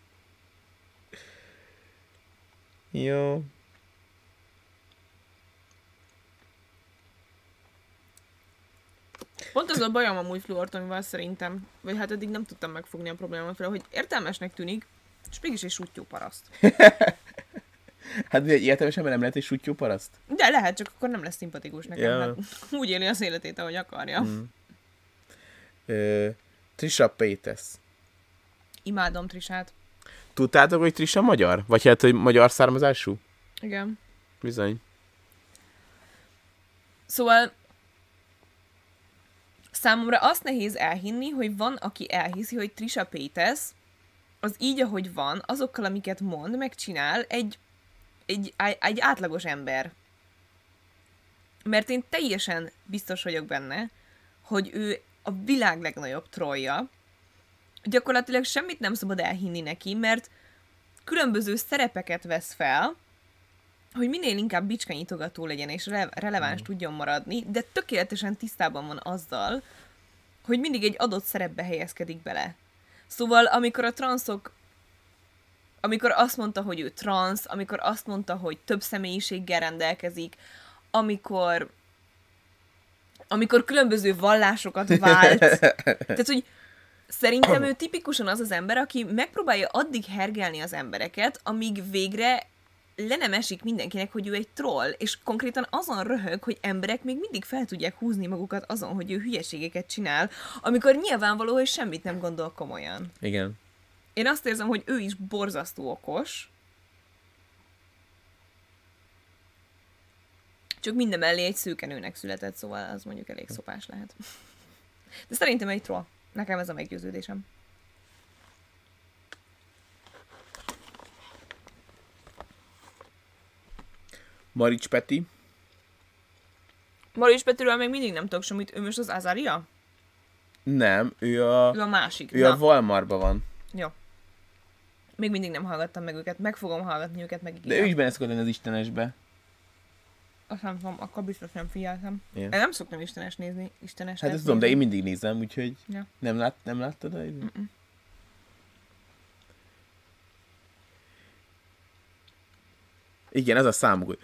Jó. Pont az a bajom amúgy Fluortomival szerintem, vagy hát eddig nem tudtam megfogni a problémát fel, hogy értelmesnek tűnik, és mégis egy sutyó paraszt. Hát egy értelmes ember nem lehet egy sutyó paraszt? De lehet, csak akkor nem lesz szimpatikus nekem, Ja. hát úgy éli az életét, ahogy akarja. Mm. Ö, Trisha Paytas. Imádom Trisát. Tudtátok, hogy Trisha magyar? Vagy hát, hogy magyar származású? Igen. Bizony. Szóval számomra azt nehéz elhinni, hogy van, aki elhiszi, hogy Trisha Paytas az így, ahogy van, azokkal, amiket mond, megcsinál egy, egy, egy átlagos ember. Mert én teljesen biztos vagyok benne, hogy ő a világ legnagyobb trollja. Gyakorlatilag semmit nem szabad elhinni neki, mert különböző szerepeket vesz fel, hogy minél inkább bicskanyitogató legyen és re- releváns mm. tudjon maradni, de tökéletesen tisztában van azzal, hogy mindig egy adott szerepbe helyezkedik bele. Szóval, amikor a transzok, amikor azt mondta, hogy ő transz, amikor azt mondta, hogy több személyiséggel rendelkezik, amikor amikor különböző vallásokat vált. Tehát, hogy szerintem ő tipikusan az az ember, aki megpróbálja addig hergelni az embereket, amíg végre le nem esik mindenkinek, hogy ő egy troll, és konkrétan azon röhög, hogy emberek még mindig fel tudják húzni magukat azon, hogy ő hülyeségeket csinál, amikor nyilvánvaló, hogy semmit nem gondol komolyan. Igen. Én azt érzem, hogy ő is borzasztó okos, csak minden mellé egy szőkenőnek született, szóval az mondjuk elég szopás lehet. De szerintem egy troll. Nekem ez a meggyőződésem. Marics Peti. Marics Petiről még mindig nem tudok semmit. Ő most az Azaria? Nem, ő a... Ő a másik. Ő Na. a Walmartban van. Jó. Még mindig nem hallgattam meg őket. Meg fogom hallgatni őket, meg De ő is benne szokott lenni az Istenesbe. Azt nem tudom, akkor biztos nem figyeltem. Igen. Én nem szoktam Istenes nézni, Istenes Hát ezt tudom, de én mindig nézem, úgyhogy Ja. nem, lát, nem láttad? A... Igen, ez a számuk, hogy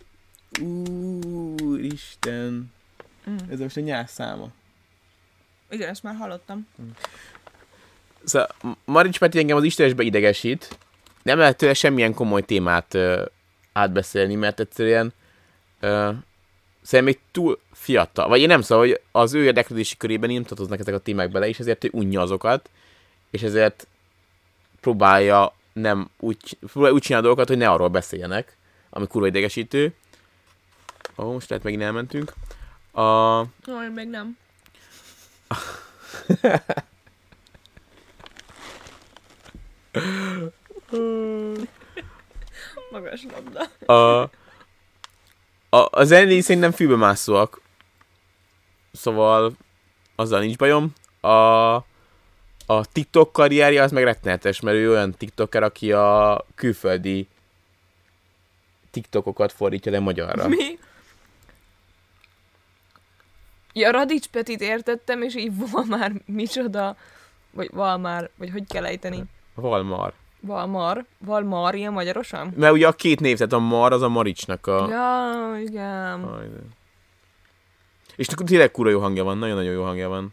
Úristen, Mm. ez most a nyár száma. Igen, ezt már hallottam. Szóval Marics Peti engem az Istenesbe idegesít. Nem lehet tőle semmilyen komoly témát ö, átbeszélni, mert egyszerűen ö, szerintem még túl fiatal. Vagy én nem szóval, hogy az ő érdeklődési körében nem tartoznak ezek a témák bele, és ezért ő unja azokat, és ezért próbálja nem úgy, próbálja úgy csinálni dolgokat, hogy ne arról beszéljenek, ami kurva idegesítő. Ó, oh, most lehet megint elmentünk. A... No, én még nem. Magas labda. A, a, a zenei szerintem fülbemászóak. Szóval azzal nincs bajom. A, a TikTok karrierje az meg rettenetes, mert ő olyan TikToker, aki a külföldi TikTokokat fordítja le magyarra. Mi? Ja, Radics Petit értettem, és így Valmár micsoda, vagy Valmár, vagy hogy kell ejteni? Valmar. Valmar? Valmar, ilyen magyarosan? Mert ugye a két név, tehát a Mar az a Maricsnak a... Ja, igen. Aj, de... És tényleg kurva jó hangja van, nagyon-nagyon jó hangja van.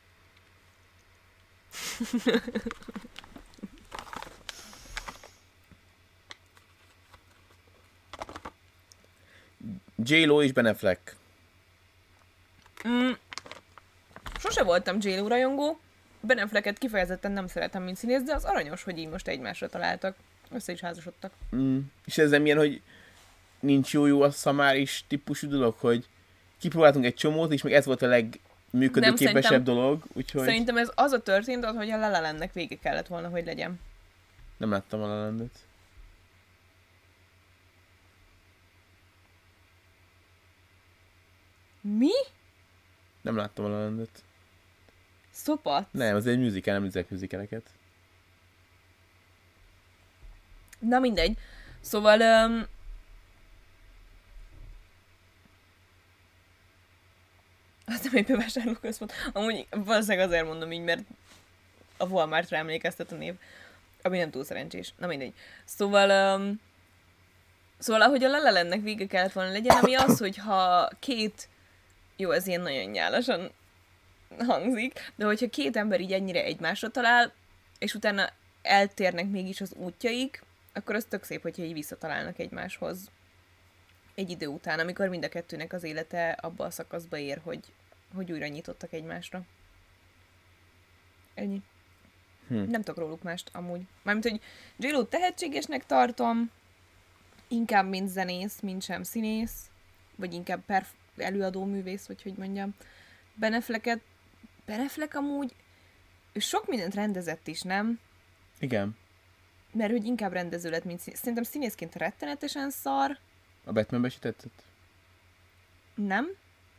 J-Lo és Ben Affleck. Mm. Sose voltam J-Lo rajongó. Ben Afflecket kifejezetten nem szeretem, mint színész, de az aranyos, hogy így most egymásra találtak. Össze is házasodtak. Mm. És ez nem ilyen, hogy nincs jó-jó a szamáris típusú dolog, hogy kipróbáltunk egy csomót, és még ez volt a legműködőképesebb szerintem- dolog, úgyhogy Szerintem ez az a történt, hogy a La La Landnek vége kellett volna, hogy legyen. nem láttam a La Landet. Mi? Nem láttam a La Landet. Szopat? Nem, ez egy musical, nem nézek musicaleket. Na mindegy. Szóval... Um... Azt nem egy bevásárlóközpont. Amúgy valószínűleg azért mondom így, mert a Walmartra emlékeztet a név. Ami nem túl szerencsés. Na mindegy. Szóval... Um... Szóval ahogy a La La Landnek vége kellett volna legyen, ami az, hogyha két... Jó, ez ilyen nagyon nyálasan hangzik, de hogyha két ember így ennyire egymásra talál, és utána eltérnek mégis az útjaik, akkor az tök szép, hogyha így visszatalálnak egymáshoz egy idő után, amikor mind a kettőnek az élete abba a szakaszba ér, hogy, hogy újra nyitottak egymásra. Ennyi. Hm. Nem tudok róluk mást amúgy. Mármint, hogy J-Lo tehetségesnek tartom, inkább mint zenész, mint sem színész, vagy inkább perf- előadó művész, vagy hogy mondjam. Ben Afflecket, Ben Affleck amúgy, ő sok mindent rendezett is, nem? Igen. Mert hogy inkább rendező lett, mint színész. Szerintem színészként rettenetesen szar, A Batmanbe is tetszett? nem?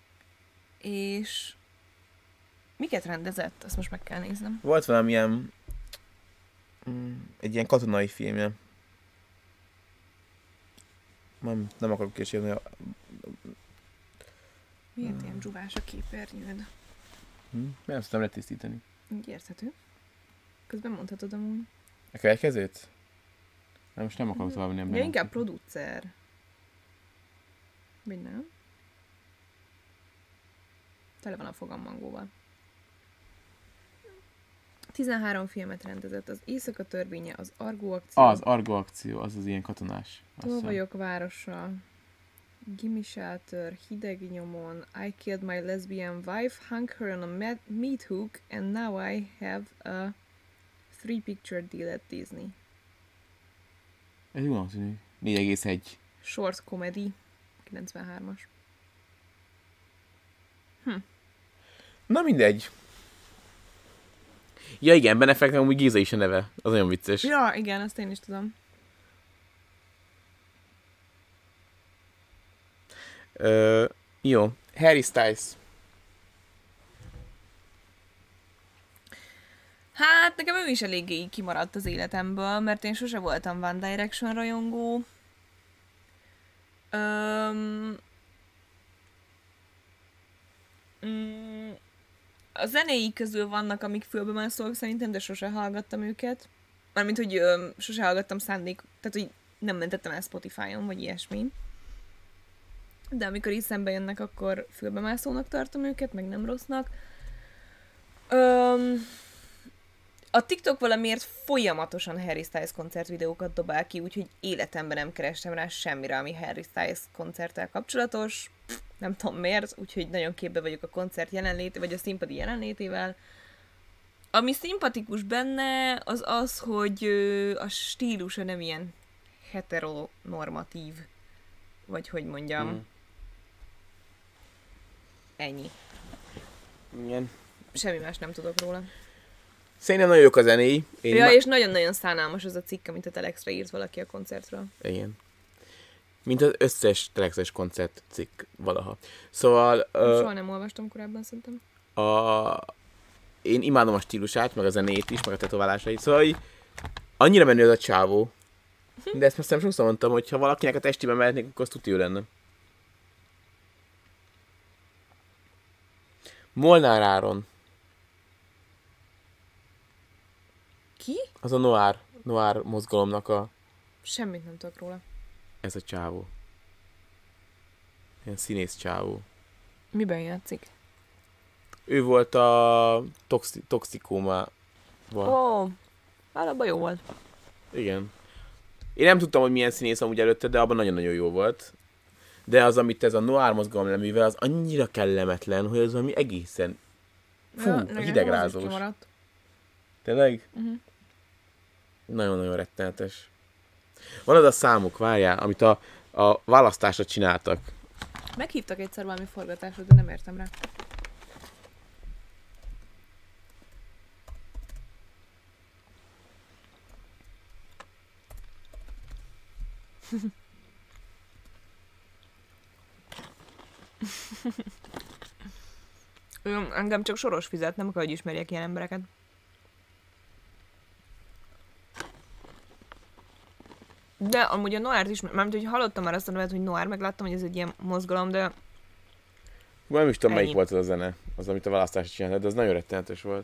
És miket rendezett? Azt most meg kell néznem. Volt valamilyen mm, egy ilyen katonai filmje. Nem, nem akarok késélni. Miért ilyen dzsuvás a képernyőd? Hm? Nem tudtam letisztítani. Így érthető. Közben mondhatod amúgy. A következőt? Nem, most nem akarok tovább nem. Ja, inkább producer. Vagy nem? Tele van a fogam mangóval. tizenhárom filmet rendezett. Az Éjszaka törvénye, az Argo akció. Az Argo akció, az az ilyen katonás. Azt hiszem. Tolvajok városa. Gimme Shelter, Hideg nyomon, I Killed My Lesbian Wife, Hung Her on a med- Meat Hook, and Now I Have a Three Picture Deal at Disney. Ez jól tűnik. négy egész egy. Short Comedy, kilencvenhármas. Na mindegy. Ja igen, Ben Afflecknek amúgy Géza is a neve. Az nagyon vicces. Ja, igen, azt én is tudom. Ö, jó. Harry Styles. Hát, nekem ő is eléggé így kimaradt az életemből, mert én sose voltam One Direction rajongó. Öm, Mm, a zenéi közül vannak, amik fülbemászóak szerintem, de sose hallgattam őket. Mármint, hogy ö, sose hallgattam szándék, tehát, hogy nem mentettem el Spotify-on, vagy ilyesmi. De amikor így szembe jönnek, akkor fülbemászónak tartom őket, meg nem rossznak. Öm, a TikTok valamiért folyamatosan Harry Styles koncertvideókat dobál ki, úgyhogy életemben nem kerestem rá semmire, ami Harry Styles koncerttel kapcsolatos. Nem tudom miért, úgyhogy nagyon képbe vagyok a koncert jelenlétével, vagy a színpadi jelenlétével. Ami szimpatikus benne, az az, hogy ö, a stílusa nem ilyen heteronormatív, vagy hogy mondjam. Hmm. Ennyi. Igen. Semmi más nem tudok róla. Szerintem nagyon jók a zenéi. Én Ja, ma- és nagyon-nagyon szánalmas az a cikk, amit a Telexre írt valaki a koncertről. Igen. Mint az összes telexes koncert cikk valaha. Szóval ö, Soha nem olvastam korábban, szerintem. a... én imádom a stílusát, meg a zenét is, meg a tetoválásait. Szóval így, annyira menő az a csávó. De ezt most nem sokszor mondtam, hogy ha valakinek a testében mehetnék, akkor az tuti jó lenne. Molnár Áron. Ki? Az a Noir, Noir mozgalomnak a... Semmit nem tudok róla. Ez a csávó. Ilyen színész csávó. Miben játszik? Ő volt a toxi- toxikómában. Ó, oh, abban jó volt. Igen. Én nem tudtam, hogy milyen színész amúgy előtte, de abban nagyon-nagyon jó volt. De az, amit ez a noir mozgalom leművel, az annyira kellemetlen, hogy az valami egészen... Fú, Ja, ja, nekem az is hidegrázós. kimaradt. Tényleg? Uh-huh. Nagyon-nagyon rettenetes. Van az a számuk, várjál, amit a, a választásra csináltak. Meghívtak egyszer valami forgatásra, de nem értem rá. Ő, engem csak Soros fizet, nem akar, hogy ismerjek ilyen embereket. De amúgy a Noárt is, mármint, hogy hallottam már azt a nevet, hogy Noár, meg láttam, hogy ez egy ilyen mozgalom, de Nem is tudom, Ennyi. melyik volt az a zene, az, amit a választásra csináltak, de az nagyon rettenetes volt.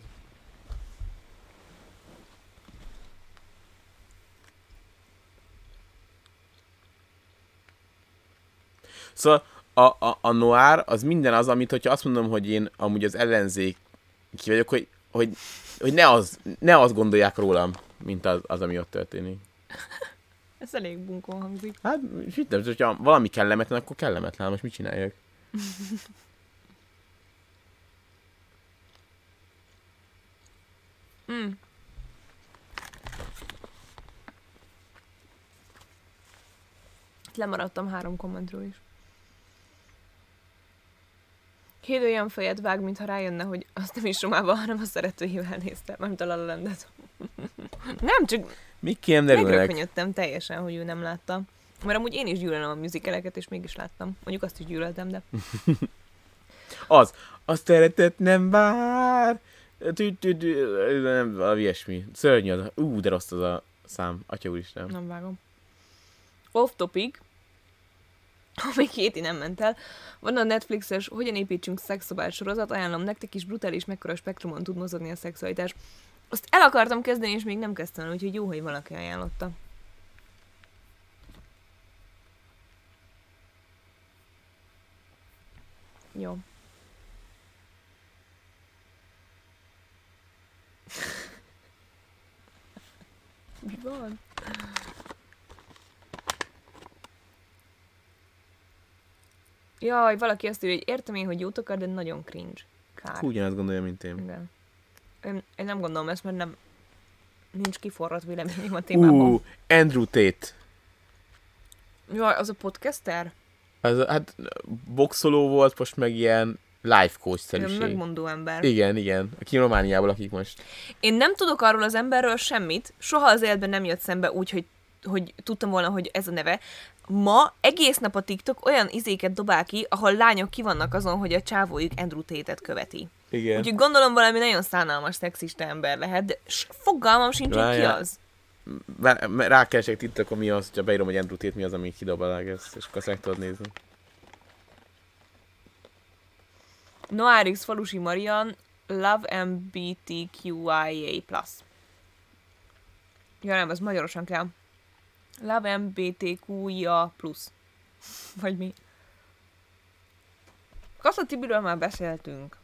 Szóval a, a, a noir az minden az, amit, hogyha azt mondom, hogy én amúgy az ellenzék ki vagyok, hogy, hogy, hogy ne, az, ne azt gondolják rólam, mint az, az, ami ott történik. ez elég bunkó hangzik. Hát, mit nem, hogyha valami kellemetlen, akkor kellemetlen, most mit csináljak? Mm. Lemaradtam három kommentről is. Hédő olyan fejet vág, mintha rájönne, hogy azt nem is Romába, hanem a szeretőivel nézte, mármint a La La Landet. Nem, csak Mik nem derülnek? megrökönyödtem teljesen, hogy ő nem látta. Mert amúgy én is gyűlölöm a musicaleket, és mégis láttam. Mondjuk azt is gyűlöltem, de... Az, a szeretet nem vár. Tü, tü, tü, nem, valami ilyesmi. Szörnyű az. Ú, de rossz az a szám. Atya úristen. Nem vágom. Off topic. Még Héti nem ment el. Van a Netflixes Hogyan építsünk szexszobát sorozat, ajánlom nektek is, brutális, mekkora spektrumon tud mozogni a szexualitás. Azt el akartam kezdeni, és még nem kezdtem el, úgyhogy jó, hogy valaki ajánlotta. Jó. Mi van? Jaj, valaki azt írja, hogy értem én, hogy jót akar, de nagyon cringe. Kár. Hú, ugyanazt gondolja, mint én. Igen. Én, én nem gondolom ezt, mert nem nincs kiforrat véleményem a témában. Ú, Andrew Tate. Jaj, az a podcaster? Az, hát boxoló volt, most meg ilyen life Ilyen coach-szerűség. megmondó ember. Igen, igen. Aki Romániából lakik most. Én nem tudok arról az emberről semmit, soha az életben nem jött szembe úgy, hogy, hogy tudtam volna, hogy ez a neve. Ma egész nap a TikTok olyan izéket dobál ki, ahol lányok ki vannak azon, hogy a csávójuk Andrew Tate-et követi. Igen. Úgyhogy gondolom valami nagyon szánalmas, szexista ember lehet, de s- fogalmam sincs, hogy ki Várjál. az. Vá- Rákeresek TikTokon, mi az, hogyha beírom, hogy Andrew Tate, mi az, ami kidobálják ezt, és akkor azt meg tudod nézni. Noárix Falusi Marian, Love M B T Q I A plus. Ja nem, ez magyarosan kell. Love M B T Q I A plus. Vagy mi? Kassa Tibiről már beszéltünk.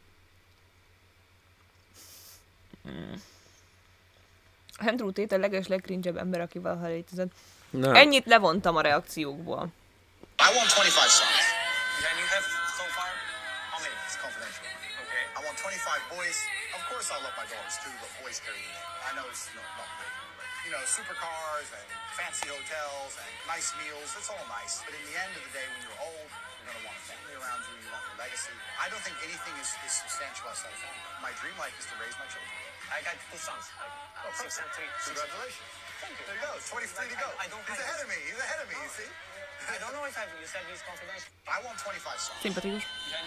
Hmm. Andrew Tate a leges legcringe-ebb ember, akivel ha létezett. No. Ennyit levontam a reakciókból. I want twenty-five songs. And you have so far? How many? It's confidential. Okay. I want twenty-five boys. Of course I love my daughters too, but boys carry me. I know it's not, not big, but you know, supercars and fancy hotels and nice meals, it's all nice. But in the end of the day, when you're old, you're going to want a family around you, you want a legacy. I don't think anything is, is substantial outside of family. My dream life is to raise my children. I got two sons, like oh, six and three. Congratulations. Thank you. There you go. twenty-three like, to go. I, I don't He's ahead of me. He's ahead of me, you see? I don't know if I, you said he's confidential. I want twenty-five songs. Sympathikus.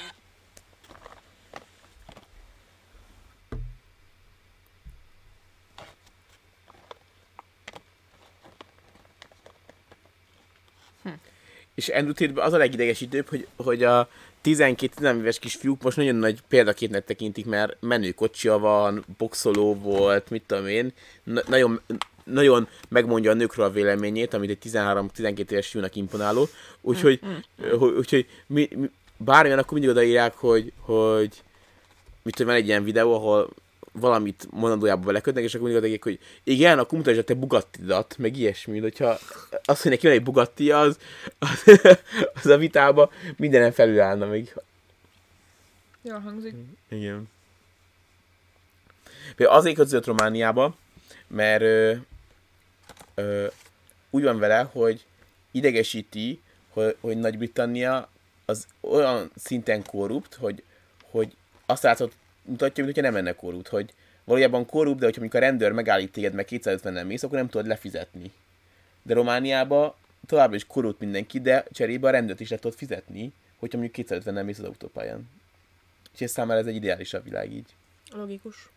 Hm. És Andrew Tate-ben az a legidegesítőbb, hogy, hogy a tizenkét-tizenhárom éves kisfiúk most nagyon nagy példaképnek tekintik, mert menőkocsia van, boxoló volt, mit tudom én, na- nagyon, nagyon megmondja a nőkről a véleményét, amit egy tizenhárom-tizenkét éves fiúnak imponáló, úgyhogy, mm, mm. úgyhogy mi, mi, bármilyen, akkor mindig odaírják, hogy, hogy mit tudom, van egy ilyen videó, ahol valamit mondandójába belekötnek, és akkor mindig odaírják, hogy igen, akkor mutasd a te Bugattidat, meg ilyesmi, hogyha azt, hogy neki van egy Bugatti, az, az, az a vitába mindenen felül állna még. Jól hangzik. Igen. Például azért között Romániába, mert ö, ö, úgy van vele, hogy idegesíti, hogy, hogy Nagy-Britannia az olyan szinten korrupt, hogy, hogy azt látszott, mutatja, mintha nem lenne korrupt, hogy valójában korrupt, de hogyha mondjuk a rendőr megállít téged, meg kétszázötvennel mész, akkor nem tudod lefizetni. De Romániában továbbra is korrupt mindenki, de cserébe a rendőrt is le tudod fizetni, hogyha mondjuk kétszázötvennel mész az autópályán. És ez számára ez egy ideálisabb világ így. Logikus.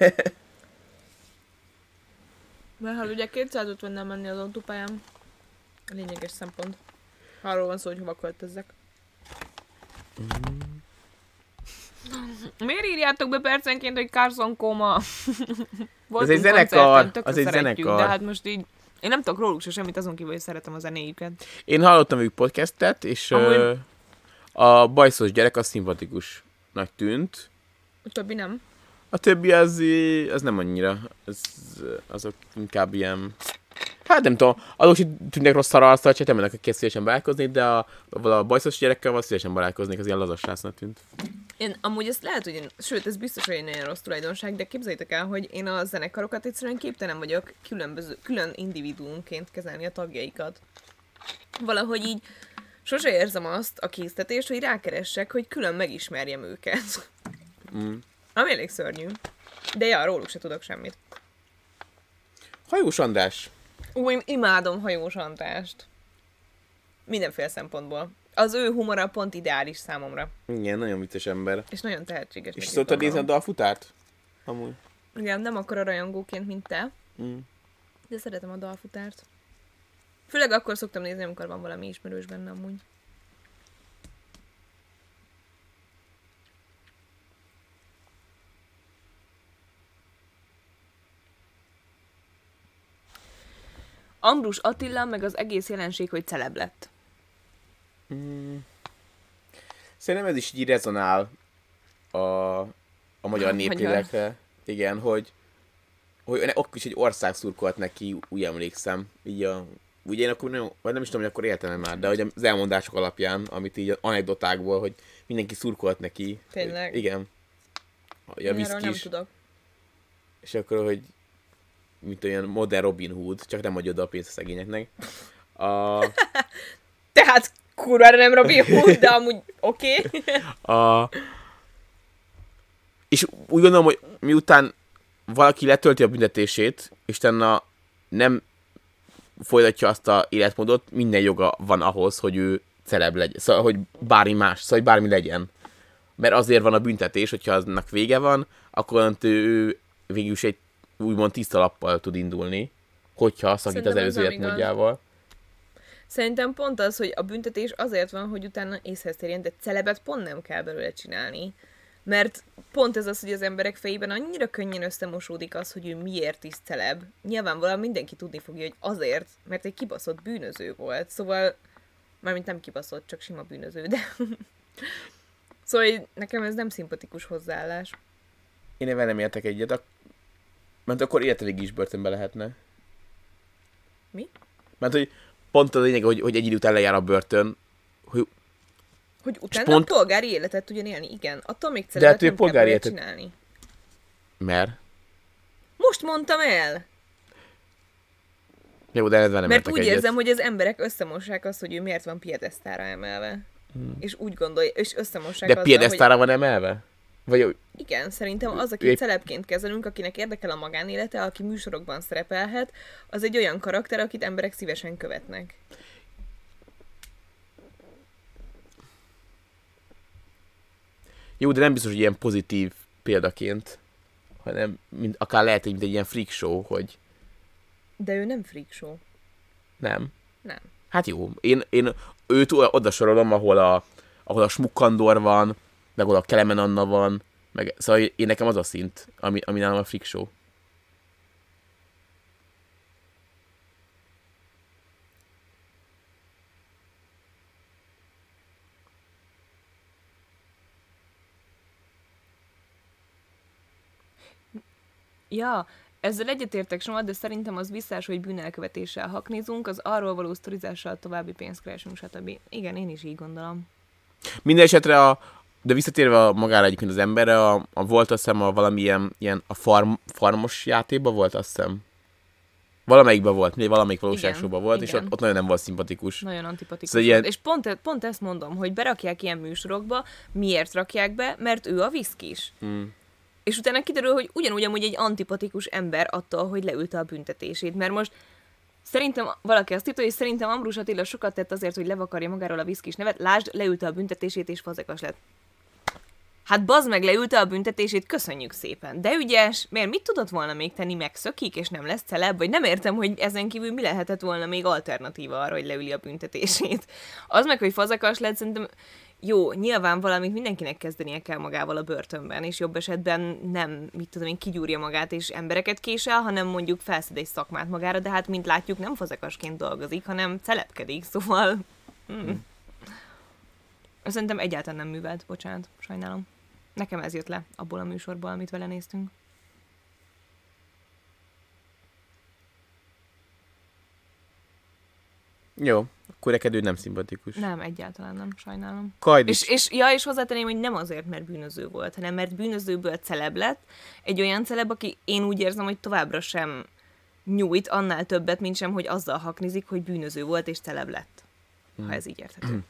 Mert ha ugye kétszázötvennel menni az autópályán, lényeges szempont. Arról van szó, hogy hova költözzek. Mm. Miért írjátok be percenként, hogy Carson Coma? Ez egy zenekar, az egy zenekar. De hát most így, én nem tudok róluk se semmit, azon kívül, hogy szeretem a zenéjüket. Én hallottam ők podcastet, és Amúgy... a bajszos gyerek az szimpatikusnak tűnt. A többi nem? A többi az, az nem annyira. Az, azok inkább ilyen... Hát nem tudom, azok is tűnnek rossz szaralszal, csak nem mennek a szívesen barátkozni, de a, a bajszos gyerekkel van szívesen barátkoznék, az ilyen lazas srácnak tűnt. Én amúgy ezt lehet, hogy én, sőt, ez biztos, hogy egy rossz tulajdonság, de képzeljétek el, hogy én a zenekarokat egyszerűen képtelen vagyok különböző, külön individuumként kezelni a tagjaikat. Valahogy így sose érzem azt a késztetést, hogy rákeressek, hogy külön megismerjem őket. Mm. Ami elég szörnyű. De ja, róluk se tudok semmit. Hajós András. Ú, én imádom Hajós Andrást. Mindenféle szempontból. Az ő humora pont ideális számomra. Igen, nagyon vicces ember. És nagyon tehetséges. És szoktad nézni a dalfutárt? Amúgy. Igen, nem akkora rajongóként, mint te. Mm. De szeretem a dalfutárt. Főleg akkor szoktam nézni, amikor van valami ismerős benne amúgy. Ambrus Attila, meg az egész jelenség, hogy celeb lett. Mm. Szerintem ez is így rezonál a, a magyar néplélekre. Igen, hogy, hogy akkor is egy ország szurkolt neki, úgy emlékszem. Így a, ugye én akkor nem, vagy nem is tudom, hogy akkor éltem már, de hogy az elmondások alapján, amit így az anekdotákból, hogy mindenki szurkolt neki. Tényleg? Igen. Hogy a Erről nem tudok. És akkor, hogy mint olyan modern Robin Hood, csak nem adja oda a pénzt a szegényeknek. A... Tehát kurvára nem Robin Hood, de amúgy oké. Okay. A... És úgy gondolom, hogy miután valaki letölti a büntetését, és utána nem folytatja azt a életmódot, minden joga van ahhoz, hogy ő celeb legyen. Szóval, hogy bármi más, szóval, hogy bármi legyen. Mert azért van a büntetés, hogyha aznak vége van, akkor ő végül is egy úgymond tiszta lappal tud indulni, hogyha szakít az előző életmódjával. Szerintem pont az, hogy a büntetés azért van, hogy utána észhez térjen, de celebet pont nem kell belőle csinálni. Mert pont ez az, hogy az emberek fejében annyira könnyen összemosódik az, hogy ő miért is celeb. Nyilvánvalóan mindenki tudni fogja, hogy azért, mert egy kibaszott bűnöző volt. Szóval, mármint nem kibaszott, csak sima bűnöző, de... szóval nekem ez nem szimpatikus hozzáállás. Én ebben nem értek egyet, ak- mert akkor életedig is börtönbe lehetne. Mi? Mert hogy pont a lényeg, hogy, hogy egy idő után lejár a börtön, hogy... Hogy utána pont... a polgári életet tudjon élni, igen. Attól még De celebet hát ő nem kell polgári belőle életet... csinálni. Mert? Most mondtam el! Jó, de ezzel nem Mert értek úgy egyet. érzem, hogy az emberek összemossák azt, hogy ő miért van piedesztára emelve. Hmm. És úgy gondolja, és összemossák De azzal, piedesztára hogy... van emelve? Vagy... Igen, szerintem az, Ő akit egy- celebként kezelünk, akinek érdekel a magánélete, aki műsorokban szerepelhet, az egy olyan karakter, akit emberek szívesen követnek. Jó, de nem biztos, hogy ilyen pozitív példaként, hanem mint, akár lehet, mint egy ilyen freak show, hogy De ő nem freak show. nem. Nem. Hát jó, én, én őt oda sorolom, ahol a, ahol a Smukkandor van, meg ahol a Kelemen Anna van, meg, szóval én nekem az a szint, ami, ami nálam a freak show. Ja, ezzel egyetértek soha, de szerintem az visszás, hogy bűnelkövetéssel haknézunk, az arról való sztorizással további pénzt keresünk, stb. Igen, én is így gondolom. Minden esetre a, de visszatérve a magára egyébként az emberre, a, a volt azt hiszem a valamilyen, ilyen a farm, farmos játékban volt azt hiszem. Valamelyikben volt, még valamelyik valóságsóban volt, igen. és ott, ott nagyon nem volt szimpatikus. Nagyon antipatikus. Szóval Szóval ilyen- És pont, e- pont ezt mondom, hogy berakják ilyen műsorokba, miért rakják be, mert ő a viszkis. Hmm. És utána kiderül, hogy ugyanúgy amúgy egy antipatikus ember attól, hogy leülte a büntetését. Mert most szerintem valaki azt írta, hogy szerintem Ambrus Attila sokat tett azért, hogy levakarja magáról a viszkis nevet. Lásd, leülte a büntetését és fazekas lett. Hát bazd meg, leülte a büntetését, köszönjük szépen. De ügyes, miért mit tudott volna még tenni, megszökik, és nem lesz celeb? Vagy nem értem, hogy ezen kívül mi lehetett volna még alternatíva arra, hogy leüli a büntetését. Az meg, hogy fazekas lett, szerintem jó, nyilván valamit mindenkinek kezdenie kell magával a börtönben, és jobb esetben nem, mit tudom én, kigyúrja magát és embereket késel, hanem mondjuk felszed egy szakmát magára, de hát, mint látjuk, nem fazekasként dolgozik, hanem celebkedik, szóval... Hmm. Szerintem egyáltalán nem művelt, bocsánat, sajnálom. Nekem ez jött le abból a műsorból, amit vele néztünk. Jó, akkor neked ő nem szimpatikus. Nem, egyáltalán nem, sajnálom. Kajd És, is. és, ja, és hozzátenném, hogy nem azért, mert bűnöző volt, hanem mert bűnözőből celeb lett. Egy olyan celeb, aki én úgy érzem, hogy továbbra sem nyújt annál többet, mint sem, hogy azzal haknizik, hogy bűnöző volt és celeb lett. Hmm. Ha ez így érthető.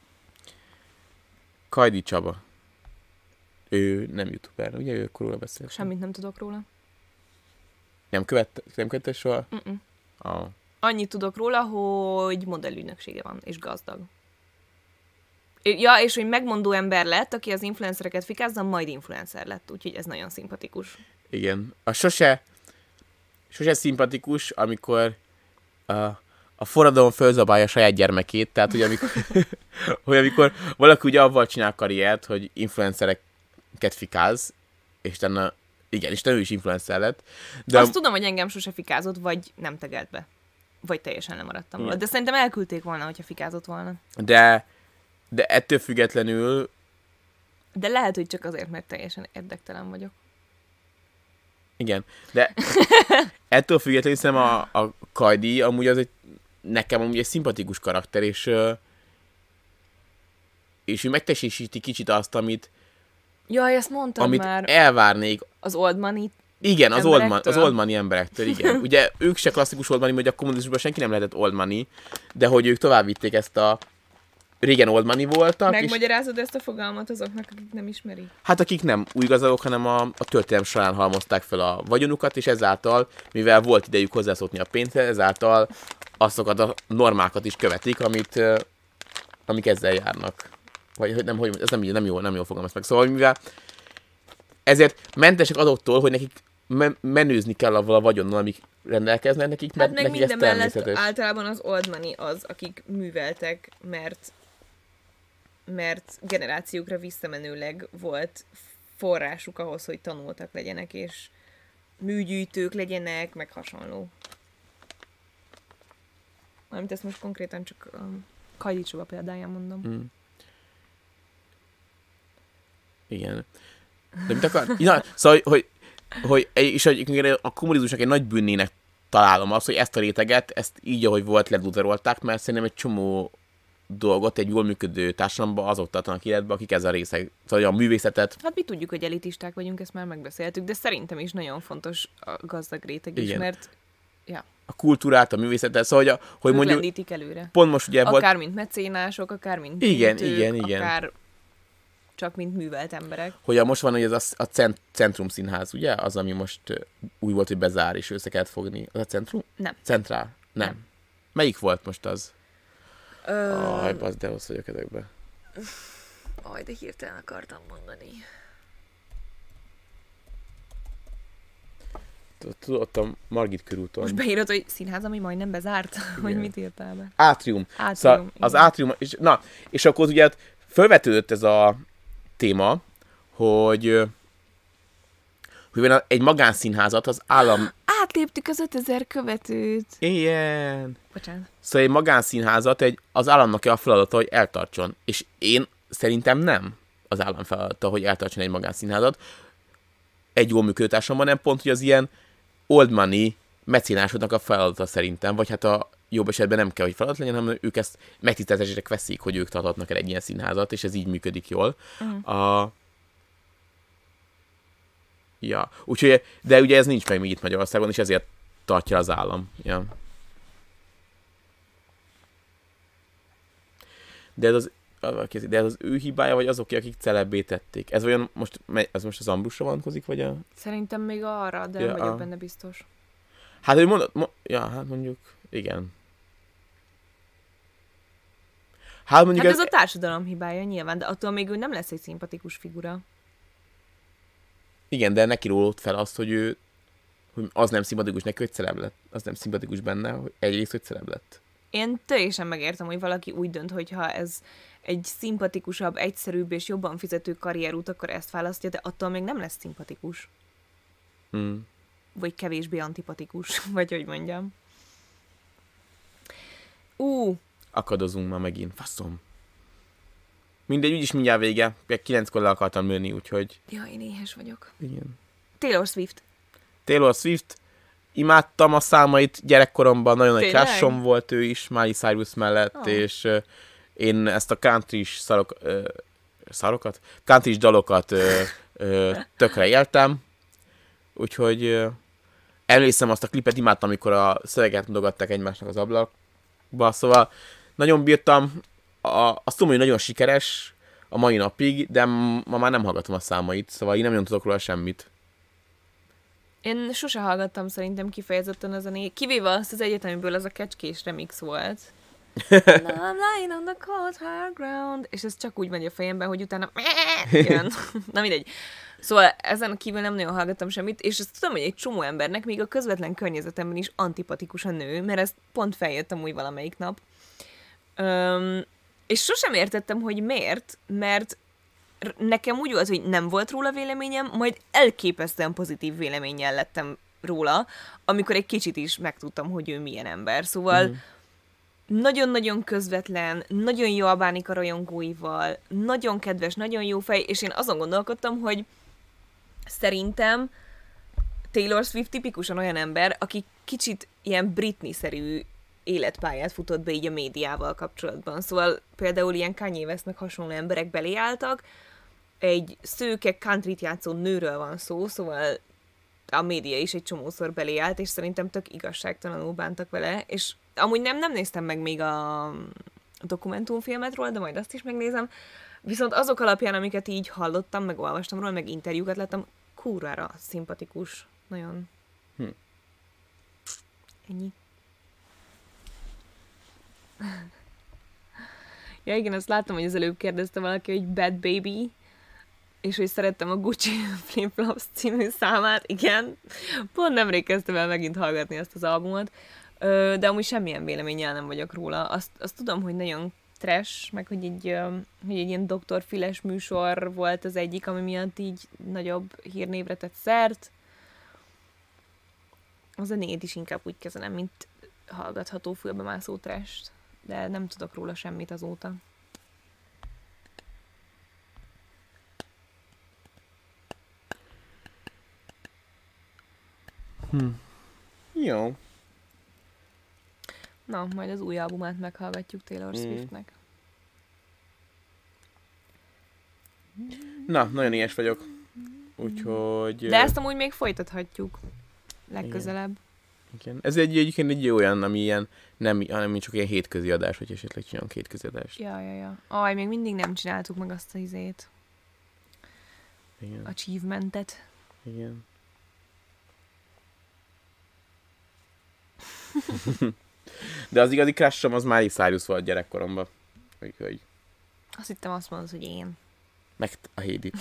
Kajdi Csaba. Ő nem youtuber, ugye? Ő akkor róla beszélt. Semmit nem tudok róla. Nem követte, nem követte soha? Mm-mm. Ah. Annyit tudok róla, hogy modellügynöksége van, és gazdag. Ja, és hogy megmondó ember lett, aki az influencereket fikázza, majd influencer lett, úgyhogy ez nagyon szimpatikus. Igen. A sose, sose szimpatikus, amikor a, a forradalom fölzabálja a saját gyermekét, tehát hogy amikor, hogy amikor valaki ugye avval csinál karriert, hogy influencereket fikáz, és utána, igen, és ő is influencer lett. De azt a... tudom, hogy engem sose fikázott, vagy nem tegelt be. Vagy teljesen lemaradtam róla. De szerintem elküldték volna, hogyha fikázott volna. De, de ettől függetlenül... De lehet, hogy csak azért, mert teljesen érdektelen vagyok. Igen, de ettől függetlenül szerintem a, a Kajdi amúgy az egy, nekem amúgy egy szimpatikus karakter, és, és ő megtestesíti kicsit azt, amit, Jaj, ezt mondtam amit már. elvárnék. Az old money. Igen, az old, man, az Emberektől? old money emberektől, igen. Ugye ők se klasszikus old money, hogy a kommunizmusban senki nem lehetett old money, de hogy ők tovább vitték ezt a... Régen old money voltak, és Megmagyarázod ezt a fogalmat azoknak, akik nem ismerik? hát akik nem új gazdagok, hanem a, a történelem során halmozták fel a vagyonukat, és ezáltal, mivel volt idejük hozzászokni a pénzhez, ezáltal azokat a normákat is követik, amit, ö, amik ezzel járnak. Vagy hogy nem, hogy ez nem, nem jó, nem jól fogalmaz meg. Szóval, mivel ezért mentesek azoktól, hogy nekik men- menőzni kell avval a vagyonnal, amik rendelkeznek nekik, mert Hát meg nekik ez minden mellett természetes. általában az old money az, akik műveltek, mert mert generációkra visszamenőleg volt forrásuk ahhoz, hogy tanultak legyenek, és műgyűjtők legyenek, meg hasonló. Mármint ezt most konkrétan csak a Kajdi Csaba példáján mondom. Mm. Igen. De mit akar? Ja, szóval, hogy, hogy, és hogy a kommunizmusnak egy nagy bűnének találom azt, hogy ezt a réteget, ezt így, ahogy volt, leduzerolták, mert szerintem egy csomó dolgot egy jól működő társadalomban azok tartanak életbe, akik ez a részeg, szóval a művészetet... Hát mi tudjuk, hogy elitisták vagyunk, ezt már megbeszéltük, de szerintem is nagyon fontos a gazdag réteg is, igen. mert ja. A kultúrát, a művészetet, szóval, hogy, a, hogy mondjuk... lendítik előre. Pont most ugye akár volt... Akár mint mecénások, akár mint igen, gyűjtők, igen, igen. akár csak mint művelt emberek. Hogy a, most van, hogy ez a, a cent, Centrum Színház, ugye? Az, ami most uh, új volt, hogy bezár, és össze kellett fogni. Az a Centrum? Nem. Centrál? Nem. Nem. Melyik volt most az? Ö... Aj, bazd, de rossz vagyok ezekben. Aj, de hirtelen akartam mondani. Tudod, ott a Margit körúton. Most beírod, hogy színház, ami majdnem bezárt? Hogy mit írtál be? Átrium. Átrium. Szóval az átrium, és, na, és akkor ugye felvetődött ez a téma, hogy, hogy egy magánszínházat az állam... Átléptük az ötezer követőt. Igen. Bocsánat. Szóval egy magánszínházat egy, az államnak a feladata, hogy eltartson. És én szerintem nem az állam feladata, hogy eltartson egy magánszínházat. Egy jól működő társadalomban, nem pont, hogy az ilyen old money mecénásoknak a feladata szerintem, vagy hát a jobb esetben nem kell, hogy feladat legyen, hanem ők ezt megtiszteltetésre veszik, hogy ők tarthatnak el egy ilyen színházat, és ez így működik jól. Uh-huh. A... Ja, úgyhogy, de ugye ez nincs meg még itt Magyarországon, és ezért tartja az állam. Ja. De ez az, de ez az ő hibája, vagy azok, akik celebbé tették? Ez olyan, most, ez most az Ambrusra vonatkozik, vagy a... Szerintem még arra, de ja, nem vagyok a... benne biztos. Hát, hogy mondod, mo... ja, hát mondjuk, igen. Hát, mondjuk hát ez... ez a társadalom hibája nyilván, de attól még ő nem lesz egy szimpatikus figura. Igen, de neki rólott fel azt, hogy ő hogy az nem szimpatikus neki, hogy celeb lett. Az nem szimpatikus benne, hogy egyrészt, hogy celeb lett. Én teljesen megértem, hogy valaki úgy dönt, hogyha ez egy szimpatikusabb, egyszerűbb és jobban fizető karrierút, akkor ezt választja, de attól még nem lesz szimpatikus. Hmm. Vagy kevésbé antipatikus, vagy hogy mondjam. Ú! Uh. Akadozunk már megint, faszom. Mindegy, úgyis mindjárt vége. Kilenckor le akartam lőni, úgyhogy... Ja, én éhes vagyok. Igen. Taylor Swift. Taylor Swift. Imádtam a számait gyerekkoromban, nagyon nagy Tényleg? crushom volt ő is, Miley Cyrus mellett, oh. és uh, én ezt a country-s szarok, uh, szarokat? Country-s dalokat uh, uh, tökre éltem, úgyhogy uh, emlékszem azt a klipet, imádtam, amikor a szöveget mutogatták egymásnak az ablakba, szóval nagyon bírtam, a, azt tudom, hogy nagyon sikeres a mai napig, de ma már nem hallgatom a számait, szóval én nem nagyon tudok róla semmit. Én sose hallgattam szerintem kifejezetten a zenét, kivéve azt az egyetemiből, az a kecskés remix volt. I'm lying on the cold hard ground, és ez csak úgy megy a fejemben, hogy utána jön. Na mindegy. Szóval ezen kívül nem nagyon hallgattam semmit, és ezt tudom, hogy egy csomó embernek még a közvetlen környezetemben is antipatikus a nő, mert ezt pont feljöttem úgy valamelyik nap. Öm, és sosem értettem, hogy miért, mert nekem úgy volt, hogy nem volt róla véleményem, majd elképesztően pozitív véleménnyel lettem róla, amikor egy kicsit is megtudtam, hogy ő milyen ember. Szóval mm. nagyon-nagyon közvetlen, nagyon jól bánik a rajongóival, nagyon kedves, nagyon jó fej, és én azon gondolkodtam, hogy szerintem Taylor Swift tipikusan olyan ember, aki kicsit ilyen Britney-szerű életpályát futott be így a médiával kapcsolatban. Szóval például ilyen Kanye Westnek hasonló emberek belé álltak, egy szőke countryt játszó nőről van szó, szóval a média is egy csomószor belé állt, és szerintem tök igazságtalanul bántak vele, és amúgy nem, nem néztem meg még a dokumentumfilmet róla, de majd azt is megnézem, viszont azok alapján, amiket így hallottam, meg olvastam róla, meg interjúkat láttam, kurvára szimpatikus. Nagyon. Hm. Ennyi. Ja igen, azt láttam, hogy az előbb kérdezte valaki, hogy Bad Baby, és hogy szerettem a Gucci Flip Flops című számát. Igen, pont nemrég kezdtem el megint hallgatni ezt az albumot, de amúgy semmilyen véleménnyel nem vagyok róla. Azt, azt tudom, hogy nagyon trash, meg hogy egy, hogy egy ilyen doktor Files műsor volt az egyik, ami miatt így nagyobb hírnévre tett szert. A zenét is inkább úgy kezelem, mint hallgatható fülbemászó trash-t, de nem tudok róla semmit azóta. Hm. Jó. Na, majd az új albumát meghallgatjuk Taylor Mm. Swiftnek. Na, nagyon ilyes vagyok. Úgyhogy... De ezt amúgy még folytathatjuk legközelebb. Igen. Ez egy, egyébként egy olyan, ami ilyen, nem, hanem csak ilyen hétközi adás, hogy esetleg csinálunk hétközi adást. Ja, ja, ja. Aj, még mindig nem csináltuk meg azt a izét. Igen. Achievementet. Igen. De az igazi crushom az Miley Cyrus volt gyerekkoromban. Úgyhogy... Azt hittem azt mondod, hogy én. Meg a Hédi.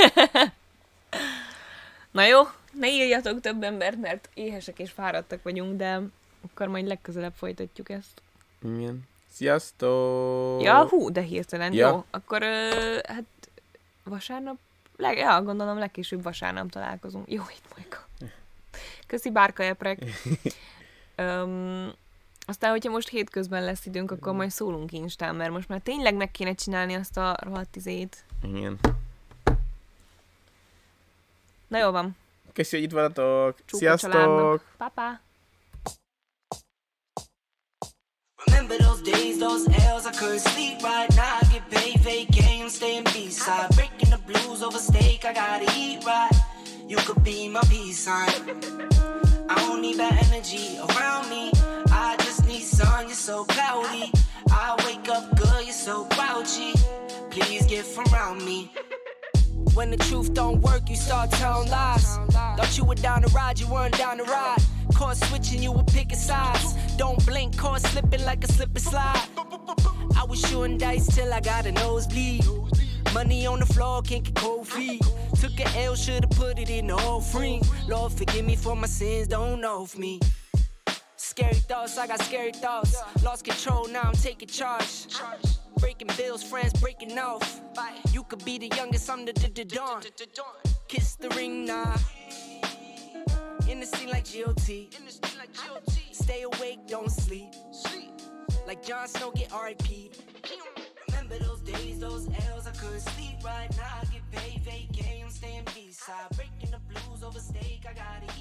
Na jó, ne írjatok több embert, mert éhesek és fáradtak vagyunk, de akkor majd legközelebb folytatjuk ezt. Igen. Sziasztok! Ja, hú, de hirtelen. Ja. Jó, akkor ö, hát vasárnap, leg, ja, gondolom legkésőbb vasárnap találkozunk. Jó, itt Majka. Köszi, bárka eprek. Öm, aztán, hogyha most hétközben lesz időnk, akkor majd szólunk Instán, mert most már tényleg meg kéne csinálni azt a rohadt izét. Igen. Na jó van. Köszi, hogy itt voltatok. Csók a Sziasztok! családnak. Pa-pa. Remember those days, those L's, I couldn't sleep right now. I get paid, vacay, I'm staying B-side. Breaking the blues over steak, I gotta eat right. You could be my peace sign. I don't need that energy around me. I just need sun, you're so cloudy. I wake up good, you're so grouchy. Please get from around me. When the truth don't work, you start telling lies. Thought you were down to ride, you weren't down to ride. Caught switching, you were picking sides. Don't blink, caught slipping like a slip and slide. I was shooting dice till I got a nosebleed. Money on the floor, can't get cold feet. Took an L, should've put it in the offering. Lord, forgive me for my sins, don't know of me. Scary thoughts, I got scary thoughts. Lost control, now I'm taking charge. Breaking bills, friends breaking off. You could be the youngest, I'm the dawn. Kiss the ring, nah. In the scene like G O T. Stay awake, don't sleep. Like Jon Snow, get R I P. Remember those days, those L's, I couldn't sleep right now. I get paid, vacay, I'm staying B-side. Breaking the blues over steak, I gotta eat.